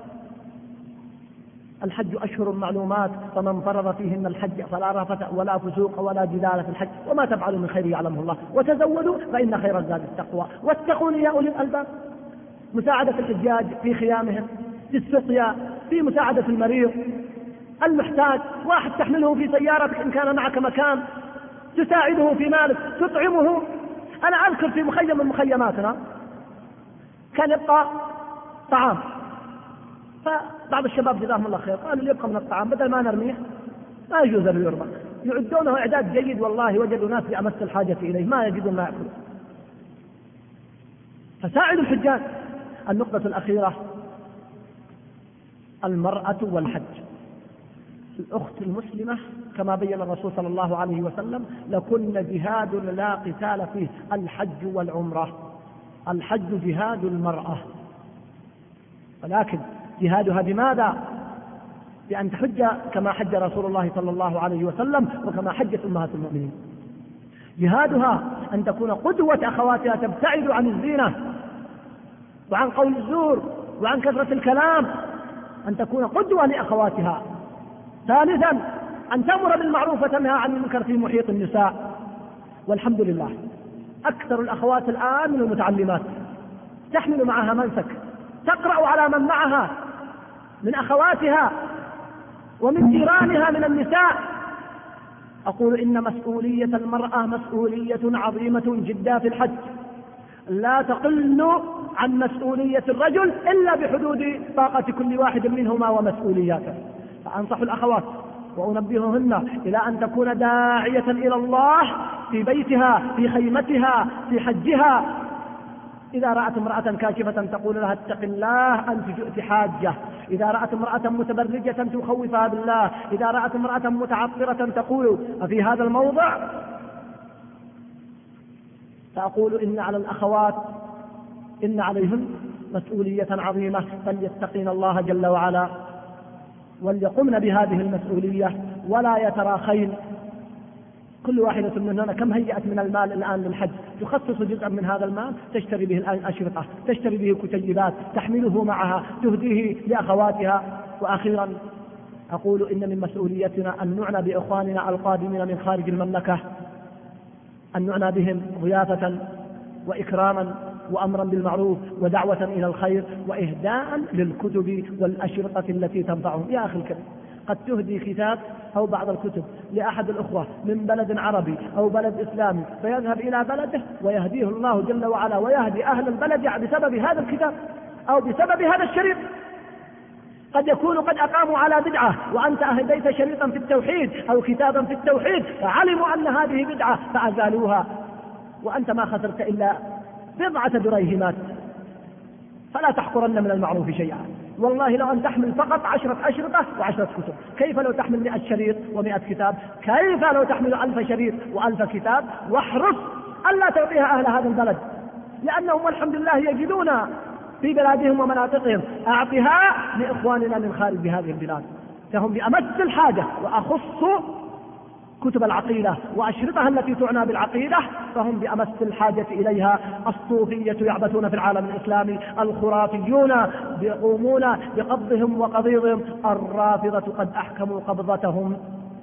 الحج أشهر معلومات، فمن فرض فيهن الحج فلا رفث ولا فسوق ولا جدال في الحج، وما تفعلوا من خير يعلمه الله، وتزودوا فإن خير الزاد التقوى، واتقون يا أولي الألباب. مساعدة الحجاج في خيامهم، في السقيا، في مساعدة المريض المحتاج، واحد تحمله في سيارتك إن كان معك مكان، تساعده في مالك، تطعمه. أنا أذكر في مخيم من مخيماتنا كان يبقى طعام، فبعض الشباب جزاهم الله خير قالوا يبقى من الطعام بدل ما نرميه ما يجوز أن يرمى، يعدونه إعداد جيد. والله وجدوا ناس بأمس الحاجة إليه ما يجدون ما يأكلون. فساعدوا الحجاج. النقطة الأخيرة المرأة والحج. الأخت المسلمة كما بين الرسول صلى الله عليه وسلم لكن جهاد لا قتال فيه، الحج والعمرة. الحج جهاد المرأة، ولكن جهادها بماذا؟ بأن تحج كما حج رسول الله صلى الله عليه وسلم وكما حجت أمهات المؤمنين. جهادها أن تكون قدوة أخواتها، تبتعد عن الزينة وعن قول الزور وعن كثرة الكلام، أن تكون قدوة لأخواتها. ثالثا أن تأمر بالمعروف وتنهى عن المنكر في محيط النساء. والحمد لله أكثر الأخوات الآن من المتعلمات، تحمل معها منسك تقرأ على من معها من أخواتها ومن جيرانها من النساء. أقول إن مسؤولية المرأة مسؤولية عظيمة جدا في الحج، لا تقل عن مسؤولية الرجل إلا بحدود طاقة كل واحد منهما ومسؤولياته. فأنصح الأخوات وأنبههن إلى أن تكون داعية إلى الله في بيتها، في خيمتها، في حجها. إذا رأت امرأة كاشفة تقول لها اتق الله أنت جئت حاجة. إذا رأت امرأة متبرجة تخوفها بالله. إذا رأت امرأة متعطرة تقول أفي هذا الموضع. فأقول إن على الأخوات إن عليهن مسؤولية عظيمة، فليتقين الله جل وعلا وليقمن بهذه المسؤولية ولا يتراخين. كل واحدة منهن كم هيئت من المال الآن للحج، تخصص جزءا من هذا المال تشتري به الآن أشرطة، تشتري به كتيبات، تحمله معها، تهديه لأخواتها. وأخيرا أقول إن من مسؤوليتنا أن نعنى بإخواننا القادمين من خارج المملكة، أن نعنى بهم ضيافة وإكراما وأمرا بالمعروف ودعوة إلى الخير وإهداء للكتب والأشرطة التي تنفعهم. يا أخي الكريم، قد تهدي كتاب أو بعض الكتب لأحد الأخوة من بلد عربي أو بلد إسلامي، فيذهب إلى بلده ويهديه الله جل وعلا ويهدي أهل البلد بسبب هذا الكتاب أو بسبب هذا الشريط. قد يكون قد أقاموا على بدعة وأنت أهديت شريطا في التوحيد أو كتابا في التوحيد، فعلموا أن هذه بدعة فأزالوها، وأنت ما خسرت إلا بضعة دريهمات. فلا تحقرن من المعروف شيئا. والله لو أن تحمل فقط 10 أشرطة و10 كتب، كيف لو تحمل 100 شريط و100 كتاب؟ كيف لو تحمل 1000 شريط و1000 كتاب؟ واحرص ألا تعطيها أهل هذا البلد، لأنهم والحمد لله يجدون في بلادهم ومناطقهم. أعطها لإخواننا من خارج هذه البلاد، فهم بأمس الحاجة. وأخص كتب العقيدة وأشرطها التي تعنى بالعقيدة، فهم بأمس الحاجة إليها. الصوفية يعبثون في العالم الإسلامي، الخرافيون يقومون بقبضهم وقبيضهم، الرافضة قد أحكموا قبضتهم.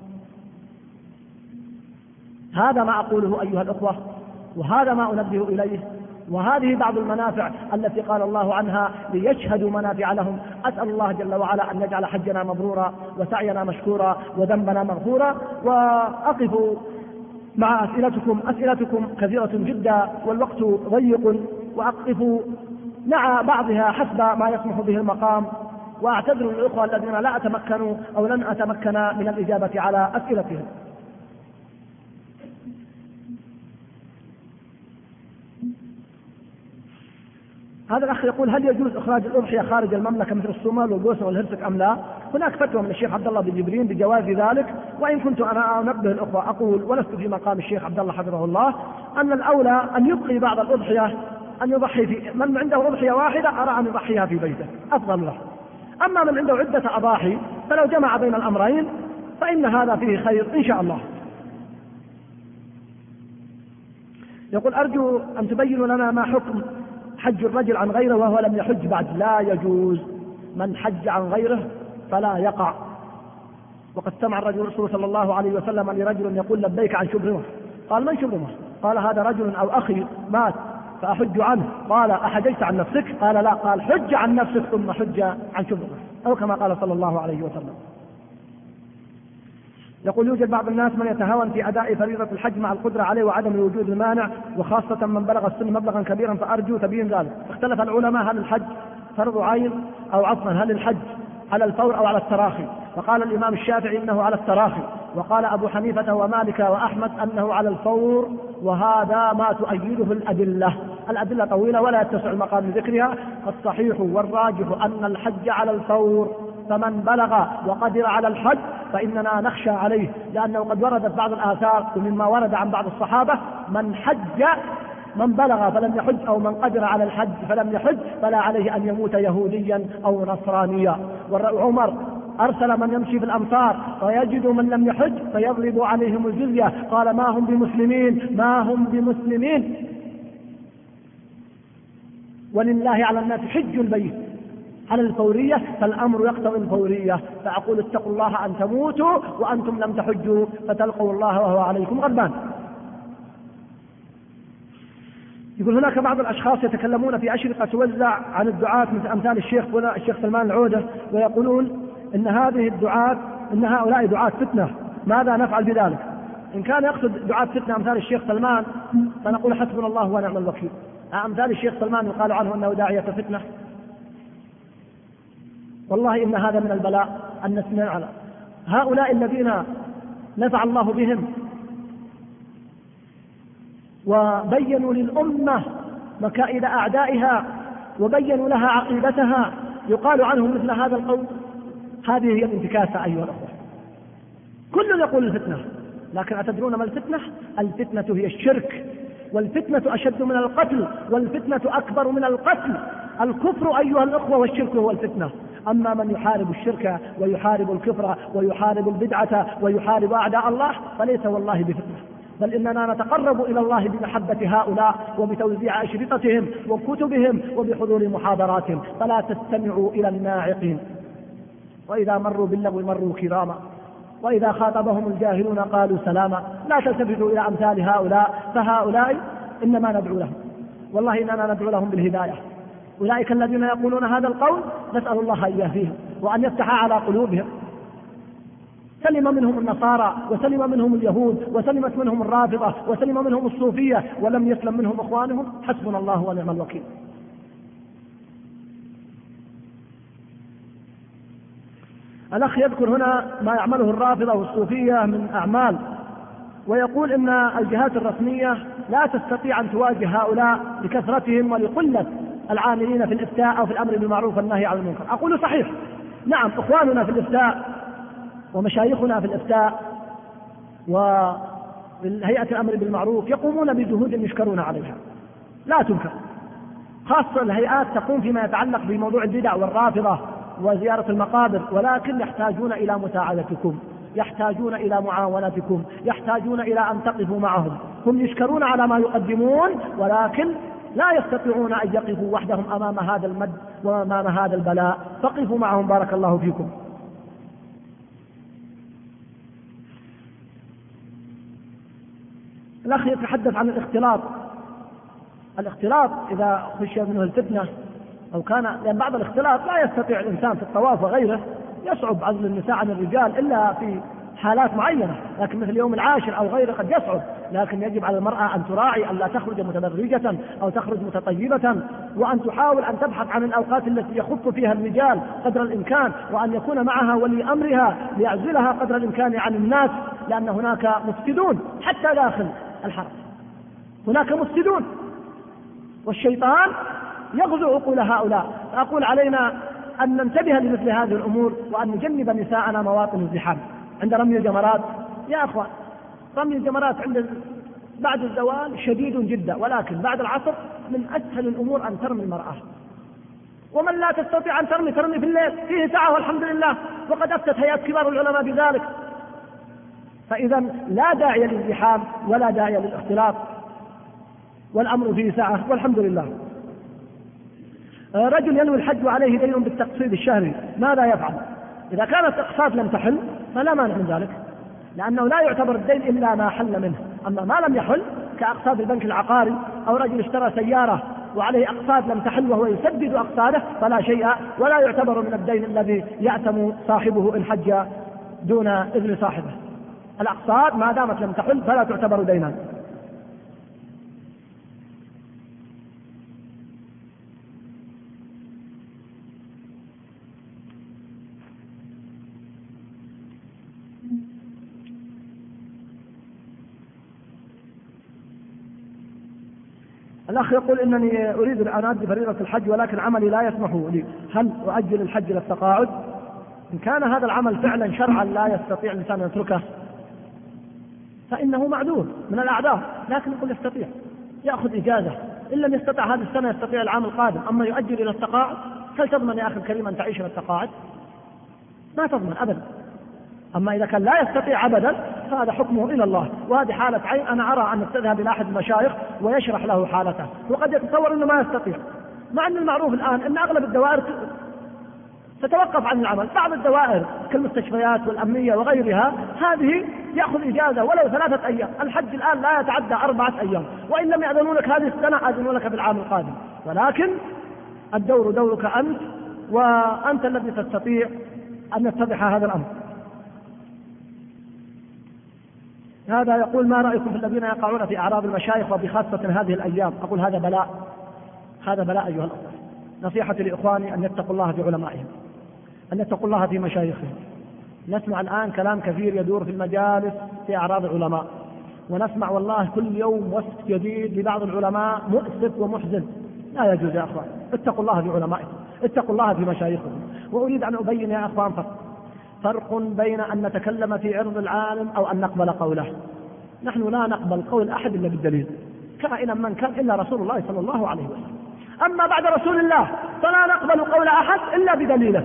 هذا ما أقوله أيها الأخوة، وهذا ما أنبه إليه، وهذه بعض المنافع التي قال الله عنها ليشهدوا منافع لهم. أسأل الله جل وعلا أن يجعل حجنا مبرورا وسعينا مشكورا وذنبنا مغفورا. وأقف مع أسئلتكم كثيرة جدا والوقت ضيق، وأقف مع بعضها حسب ما يسمح به المقام، وأعتذر للأخوة الذين لا أتمكن أو لن أتمكن من الإجابة على أسئلتهم. هذا الأخ يقول: هل يجوز إخراج الأضحية خارج المملكة مثل الصومال والبوسنة والهرسك أم لا؟ هناك فتوى من الشيخ عبد الله بن جبرين بجواز ذلك، وإن كنت أنا أنبه الأخوة أقول ولست في مقام الشيخ عبد الله حفظه الله أن الأولى أن يبقي بعض الأضحية، أن يضحي في من عنده أضحية واحدة أرى أن يضحيها في بيته أفضل له. أما من عنده عدة أضاحي فلو جمع بين الأمرين فإن هذا فيه خير إن شاء الله. يقول: أرجو أن تبين لنا ما حكم حج الرجل عن غيره وهو لم يحج بعد. لا يجوز، من حج عن غيره فلا يقع. وقد سمع الرسول صلى الله عليه وسلم لرجل يقول: لبيك عن شبرمة. قال: من شبرمة؟ قال: هذا رجل أو أخي مات فأحج عنه. قال: أحججت عن نفسك؟ قال: لا. قال: حج عن نفسك ثم حج عن شبرمة، أو كما قال صلى الله عليه وسلم. يقول: يوجد بعض الناس من يتهاون في أداء فريضة الحج مع القدرة عليه وعدم وجود المانع، وخاصة من بلغ السن مبلغا كبيرا، فأرجو تبيين ذلك. اختلف العلماء هل الحج فرض عين أو عفوا هل الحج على الفور أو على التراخي، فقال الإمام الشافعي إنه على التراخي، وقال أبو حنيفة ومالك وأحمد أنه على الفور، وهذا ما تؤيده الأدلة طويلة ولا يتسع المقام لذكرها. الصحيح والراجح أن الحج على الفور، فمن بلغ وقدر على الحج فإننا نخشى عليه، لأنه قد وردت بعض الآثار ومما ورد عن بعض الصحابة: من بلغ فلم يحج أو من قدر على الحج فلم يحج فلا عليه أن يموت يهوديا أو نصرانيا. وعمر أرسل من يمشي في الأمصار فيجد من لم يحج فيضرب عليهم الجزية، قال: ما هم بمسلمين. ولله على الناس حج البيت على الفورية، فالأمر يقتضي الفورية. فأقول: اتقوا الله أن تموتوا وأنتم لم تحجوا فتلقوا الله وهو عليكم غضبان. يقول هناك بعض الأشخاص يتكلمون في أشرطة توزع عن الدعاة مثل أمثال الشيخ سلمان العودة، ويقولون إن هذه الدعاة إن هؤلاء دعاة فتنة، ماذا نفعل بذلك؟ إن كان يقصد دعاة فتنة أمثال الشيخ سلمان فنقول حسبنا الله ونعم الوكيل. أمثال الشيخ سلمان يقال عنه أنه داعية فتنة؟ والله إن هذا من البلاء أن نسمع على هؤلاء الذين نفع الله بهم وبينوا للأمة مكائد أعدائها وبينوا لها عقيدتها، يقال عنهم مثل هذا القول. هذه هي الانتكاسة أيها الأخوة. كل يقول الفتنة، لكن أتدرون ما الفتنة؟ الفتنة هي الشرك، والفتنة أشد من القتل، والفتنة أكبر من القتل. الكفر أيها الأخوة والشرك هو الفتنة. أما من يحارب الشرك ويحارب الكفر ويحارب البدعة ويحارب أعداء الله فليس والله بفتنة، بل إننا نتقرب إلى الله بمحبة هؤلاء وبتوزيع أشرطتهم وكتبهم وبحضور محاضراتهم. فلا تستمعوا إلى الناعقين، وإذا مروا باللغو مروا كراما، وإذا خاطبهم الجاهلون قالوا سلاما. لا تلتفتوا إلى أمثال هؤلاء، فهؤلاء إنما ندعو لهم، والله إننا ندعو لهم بالهداية. أولئك الذين يقولون هذا القول نسأل الله أن يهديهم وأن يفتح على قلوبهم. سلم منهم النصارى وسلم منهم اليهود وسلمت منهم الرافضة وسلم منهم الصوفية، ولم يسلم منهم إخوانهم. حسبنا الله ونعم الوكيل. الأخ يذكر هنا ما يعمله الرافضة والصوفية من أعمال، ويقول إن الجهات الرسمية لا تستطيع أن تواجه هؤلاء لكثرتهم ولقلة العاملين في الإفتاء أو في الأمر بالمعروف والنهي عن المنكر. أقول صحيح، نعم، إخواننا في الإفتاء ومشايخنا في الإفتاء وهيئة الأمر بالمعروف يقومون بجهود يشكرون عليها لا تنكر، خاصة الهيئات تقوم فيما يتعلق بموضوع البدع والرافضة وزيارة المقابر، ولكن يحتاجون إلى مساعدتكم، يحتاجون إلى معاونتكم، يحتاجون إلى أن تقفوا معهم. هم يشكرون على ما يقدمون، ولكن لا يستطيعون أن يقفوا وحدهم أمام هذا المد وأمام هذا البلاء. فقفوا معهم بارك الله فيكم. الأخ يتحدث عن الاختلاط. الاختلاط إذا خشي منه الفتنة أو كان، لأن بعض الاختلاط لا يستطيع الإنسان في الطواف وغيره، يصعب عزل النساء عن الرجال إلا في حالات معينة، لكن مثل يوم العاشر أو غيره قد يصعب. لكن يجب على المرأة أن تراعي أن لا تخرج متبرجة أو تخرج متطيبة، وأن تحاول أن تبحث عن الأوقات التي يخف فيها الرجال قدر الإمكان، وأن يكون معها ولي أمرها ليعزلها قدر الإمكان عن الناس، لأن هناك مفسدون حتى داخل الحرم، هناك مفسدون، والشيطان يغزو عقول هؤلاء. أقول علينا أن ننتبه لمثل هذه الأمور، وأن نجنب نساءنا مواطن الزحام عند رمي الجمرات. يا أخوان، رمي الجمرات بعد الزوال شديد جدا، ولكن بعد العصر من أسهل الأمور أن ترمي المرأة. ومن لا تستطيع أن ترمي في الليل فيه ساعة والحمد لله، وقد أفتت هيئات كبار العلماء بذلك. فإذا لا داعي للزحام ولا داعي للاختلاط، والأمر فيه ساعة والحمد لله. رجل ينوي الحج وعليه دين بالتقسيط الشهري، ماذا يفعل؟ إذا كانت الأقساط لم تحل فلا مانع من ذلك، لأنه لا يعتبر الدين إلا ما حل منه. أما ما لم يحل كأقساط البنك العقاري، أو رجل اشترى سيارة وعليه أقساط لم تحل وهو يسدد أقساطه، فلا شيء ولا يعتبر من الدين الذي يأثم صاحبه إن حج دون إذن صاحبه. الأقساط ما دامت لم تحل فلا تعتبر دينا. الأخ يقول إنني أريد أن أؤدي فريضة الحج ولكن عملي لا يسمح لي، هل أؤجل الحج للتقاعد؟ إن كان هذا العمل فعلا شرعا لا يستطيع الإنسان أن يتركه فإنه معذور من الأعذار، لكن يقول يستطيع يأخذ إجازة، إن لم يستطع هذه السنة يستطيع العام القادم. أما يؤجل إلى التقاعد، هل تضمن يا أخي الكريم أن تعيش إلى التقاعد؟ ما تضمن أبدا. أما إذا كان لا يستطيع أبدا فهذا حكمه إلى الله، وهذه حالة عين. أنا أرى أن تذهب إلى أحد المشايخ ويشرح له حالته، وقد يتصور أنه ما يستطيع، مع أن المعروف الآن أن أغلب الدوائر تتوقف عن العمل. بعض الدوائر كالمستشفيات والأمنية وغيرها، هذه يأخذ إجازة ولو 3 أيام. الحج الآن لا يتعدى 4 أيام، وإن لم يأذنوا لك هذه السنة أذنوا لك بالعام القادم، ولكن الدور دورك أنت، وأنت الذي تستطيع أن يتضح هذا الأمر. هذا يقول: ما رأيكم في الذين يقعون في أعراض المشايخ وبخاصة هذه الأيام؟ أقول هذا بلاء، هذا بلاء أيها الأخوة. نصيحتي لإخواني أن يتقوا الله في علمائهم، أن يتقوا الله في مشايخهم. نسمع الآن كلام كثير يدور في المجالس في أعراض العلماء، ونسمع والله كل يوم وصف جديد لبعض العلماء مؤسف ومحزن. لا يجوز يا أخوان، اتقوا الله في علمائكم، اتقوا الله في مشايخكم. وأريد أن أبين يا أخوان فرق بين أن نتكلم في عرض العالم أو أن نقبل قوله. نحن لا نقبل قول أحد إلا بالدليل، كائنا من كان إلا رسول الله صلى الله عليه وسلم. أما بعد رسول الله فلا نقبل قول أحد إلا بدليله.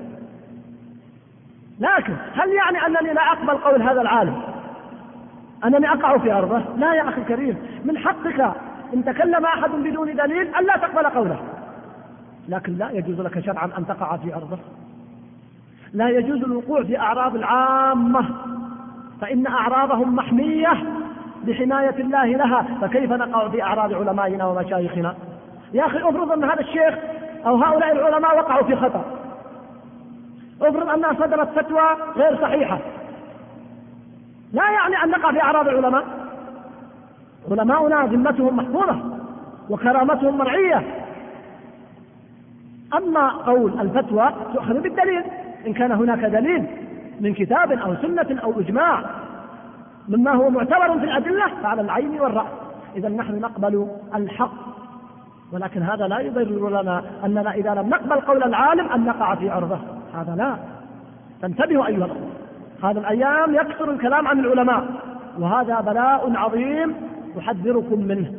لكن هل يعني أنني لا أقبل قول هذا العالم أنني أقع في عرضه؟ لا يا أخي الكريم، من حقك إن تكلم أحد بدون دليل ألا تقبل قوله، لكن لا يجوز لك شرعا أن تقع في عرضه. لا يجوز الوقوع في أعراض العامة، فإن أعراضهم محمية بحماية الله لها، فكيف نقع في أعراض علمائنا ومشايخنا؟ يا أخي افرض أن هذا الشيخ أو هؤلاء العلماء وقعوا في خطأ، افرض أنها صدرت فتوى غير صحيحة، لا يعني أن نقع في أعراض العلماء. علماؤنا ذمتهم محفوظة وكرامتهم مرعية. أما قول الفتوى تؤخذ بالدليل، إن كان هناك دليل من كتاب أو سنة أو إجماع مما هو معتبر في الأدلة فعلى العين والرأس. إذا نحن نقبل الحق، ولكن هذا لا يضر لنا أننا إذا لم نقبل قول العالم أن نقع في عرضه، هذا لا. فانتبهوا أيها الأخوة، هذا الأيام يكثر الكلام عن العلماء، وهذا بلاء عظيم أحذركم منه.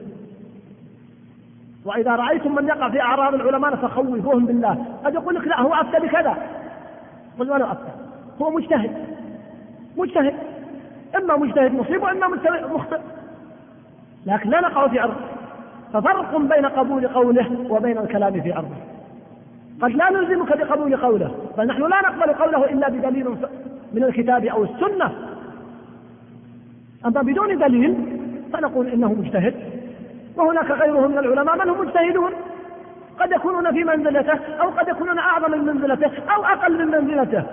وإذا رأيتم من يقع في أعراض العلماء فخوفوهم بالله. قد يقول لك لا هو أفتى بكذا، قل ولا أفتى، هو مجتهد، إما مجتهد مصيب وإما مخطئ، لكن لا نقع في عرضه. ففرق بين قبول قوله وبين الكلام في عرضه. قد لا نلزمك بقبول قوله، فنحن لا نقبل قوله إلا بدليل من الكتاب أو السنة. أما بدون دليل فنقول إنه مجتهد، وهناك غيره من العلماء من هم مجتهدون، قد يكونون في منزلته أو قد يكونون أعظم من منزلته أو أقل من منزلته.